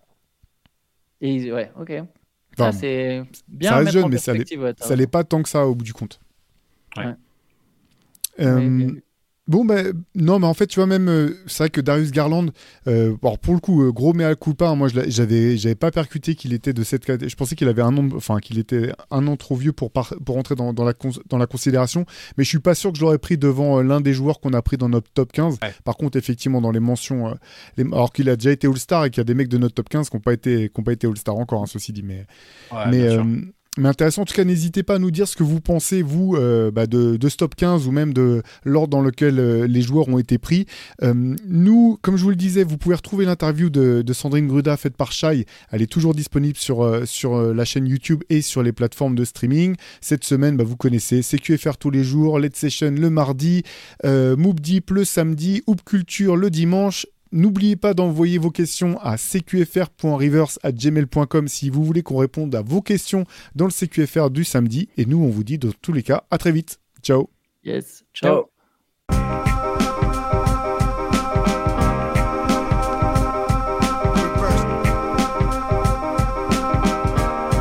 Et ils- ouais, ok. Enfin, Ça, c'est bien ça à reste mettre jeune, en mais ça l'est- perspective. ouais, t'as Ça l'est pas tant que ça au bout du compte. Ouais. Ouais. Euh, raison. Ouais, bien- Bon, ben non, mais en fait, tu vois, même, euh, c'est vrai que Darius Garland, euh, alors pour le coup, euh, gros mea culpa, hein, moi, je l'a- j'avais, j'avais pas percuté qu'il était de cette catégorie. Je pensais qu'il avait un an, de- enfin, qu'il était un an trop vieux pour, par- pour entrer dans, dans, la cons- dans la considération, mais je suis pas sûr que je l'aurais pris devant euh, l'un des joueurs qu'on a pris dans notre top quinze. Ouais. Par contre, effectivement, dans les mentions, euh, les- alors qu'il a déjà été All-Star et qu'il y a des mecs de notre top quinze qui n'ont pas été, qui ont pas été All-Star encore, hein, ceci dit, mais. Ouais, mais, bien sûr. euh, mais intéressant, en tout cas, n'hésitez pas à nous dire ce que vous pensez, vous, euh, bah, de, de ce top quinze ou même de l'ordre dans lequel euh, les joueurs ont été pris. Euh, nous, comme je vous le disais, vous pouvez retrouver l'interview de, de Sandrine Gruda faite par Shai. Elle est toujours disponible sur, euh, sur euh, la chaîne YouTube et sur les plateformes de streaming. Cette semaine, bah, vous connaissez C Q F R tous les jours, Let's Session le mardi, euh, Moop Deep le samedi, Hoop Culture le dimanche. N'oubliez pas d'envoyer vos questions à c q f r point rivers arobase gmail point com si vous voulez qu'on réponde à vos questions dans le C Q F R du samedi. Et nous, on vous dit dans tous les cas, à très vite. Ciao. Yes. Ciao.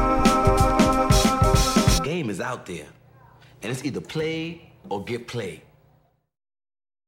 The game is out there, and it's either play or get played.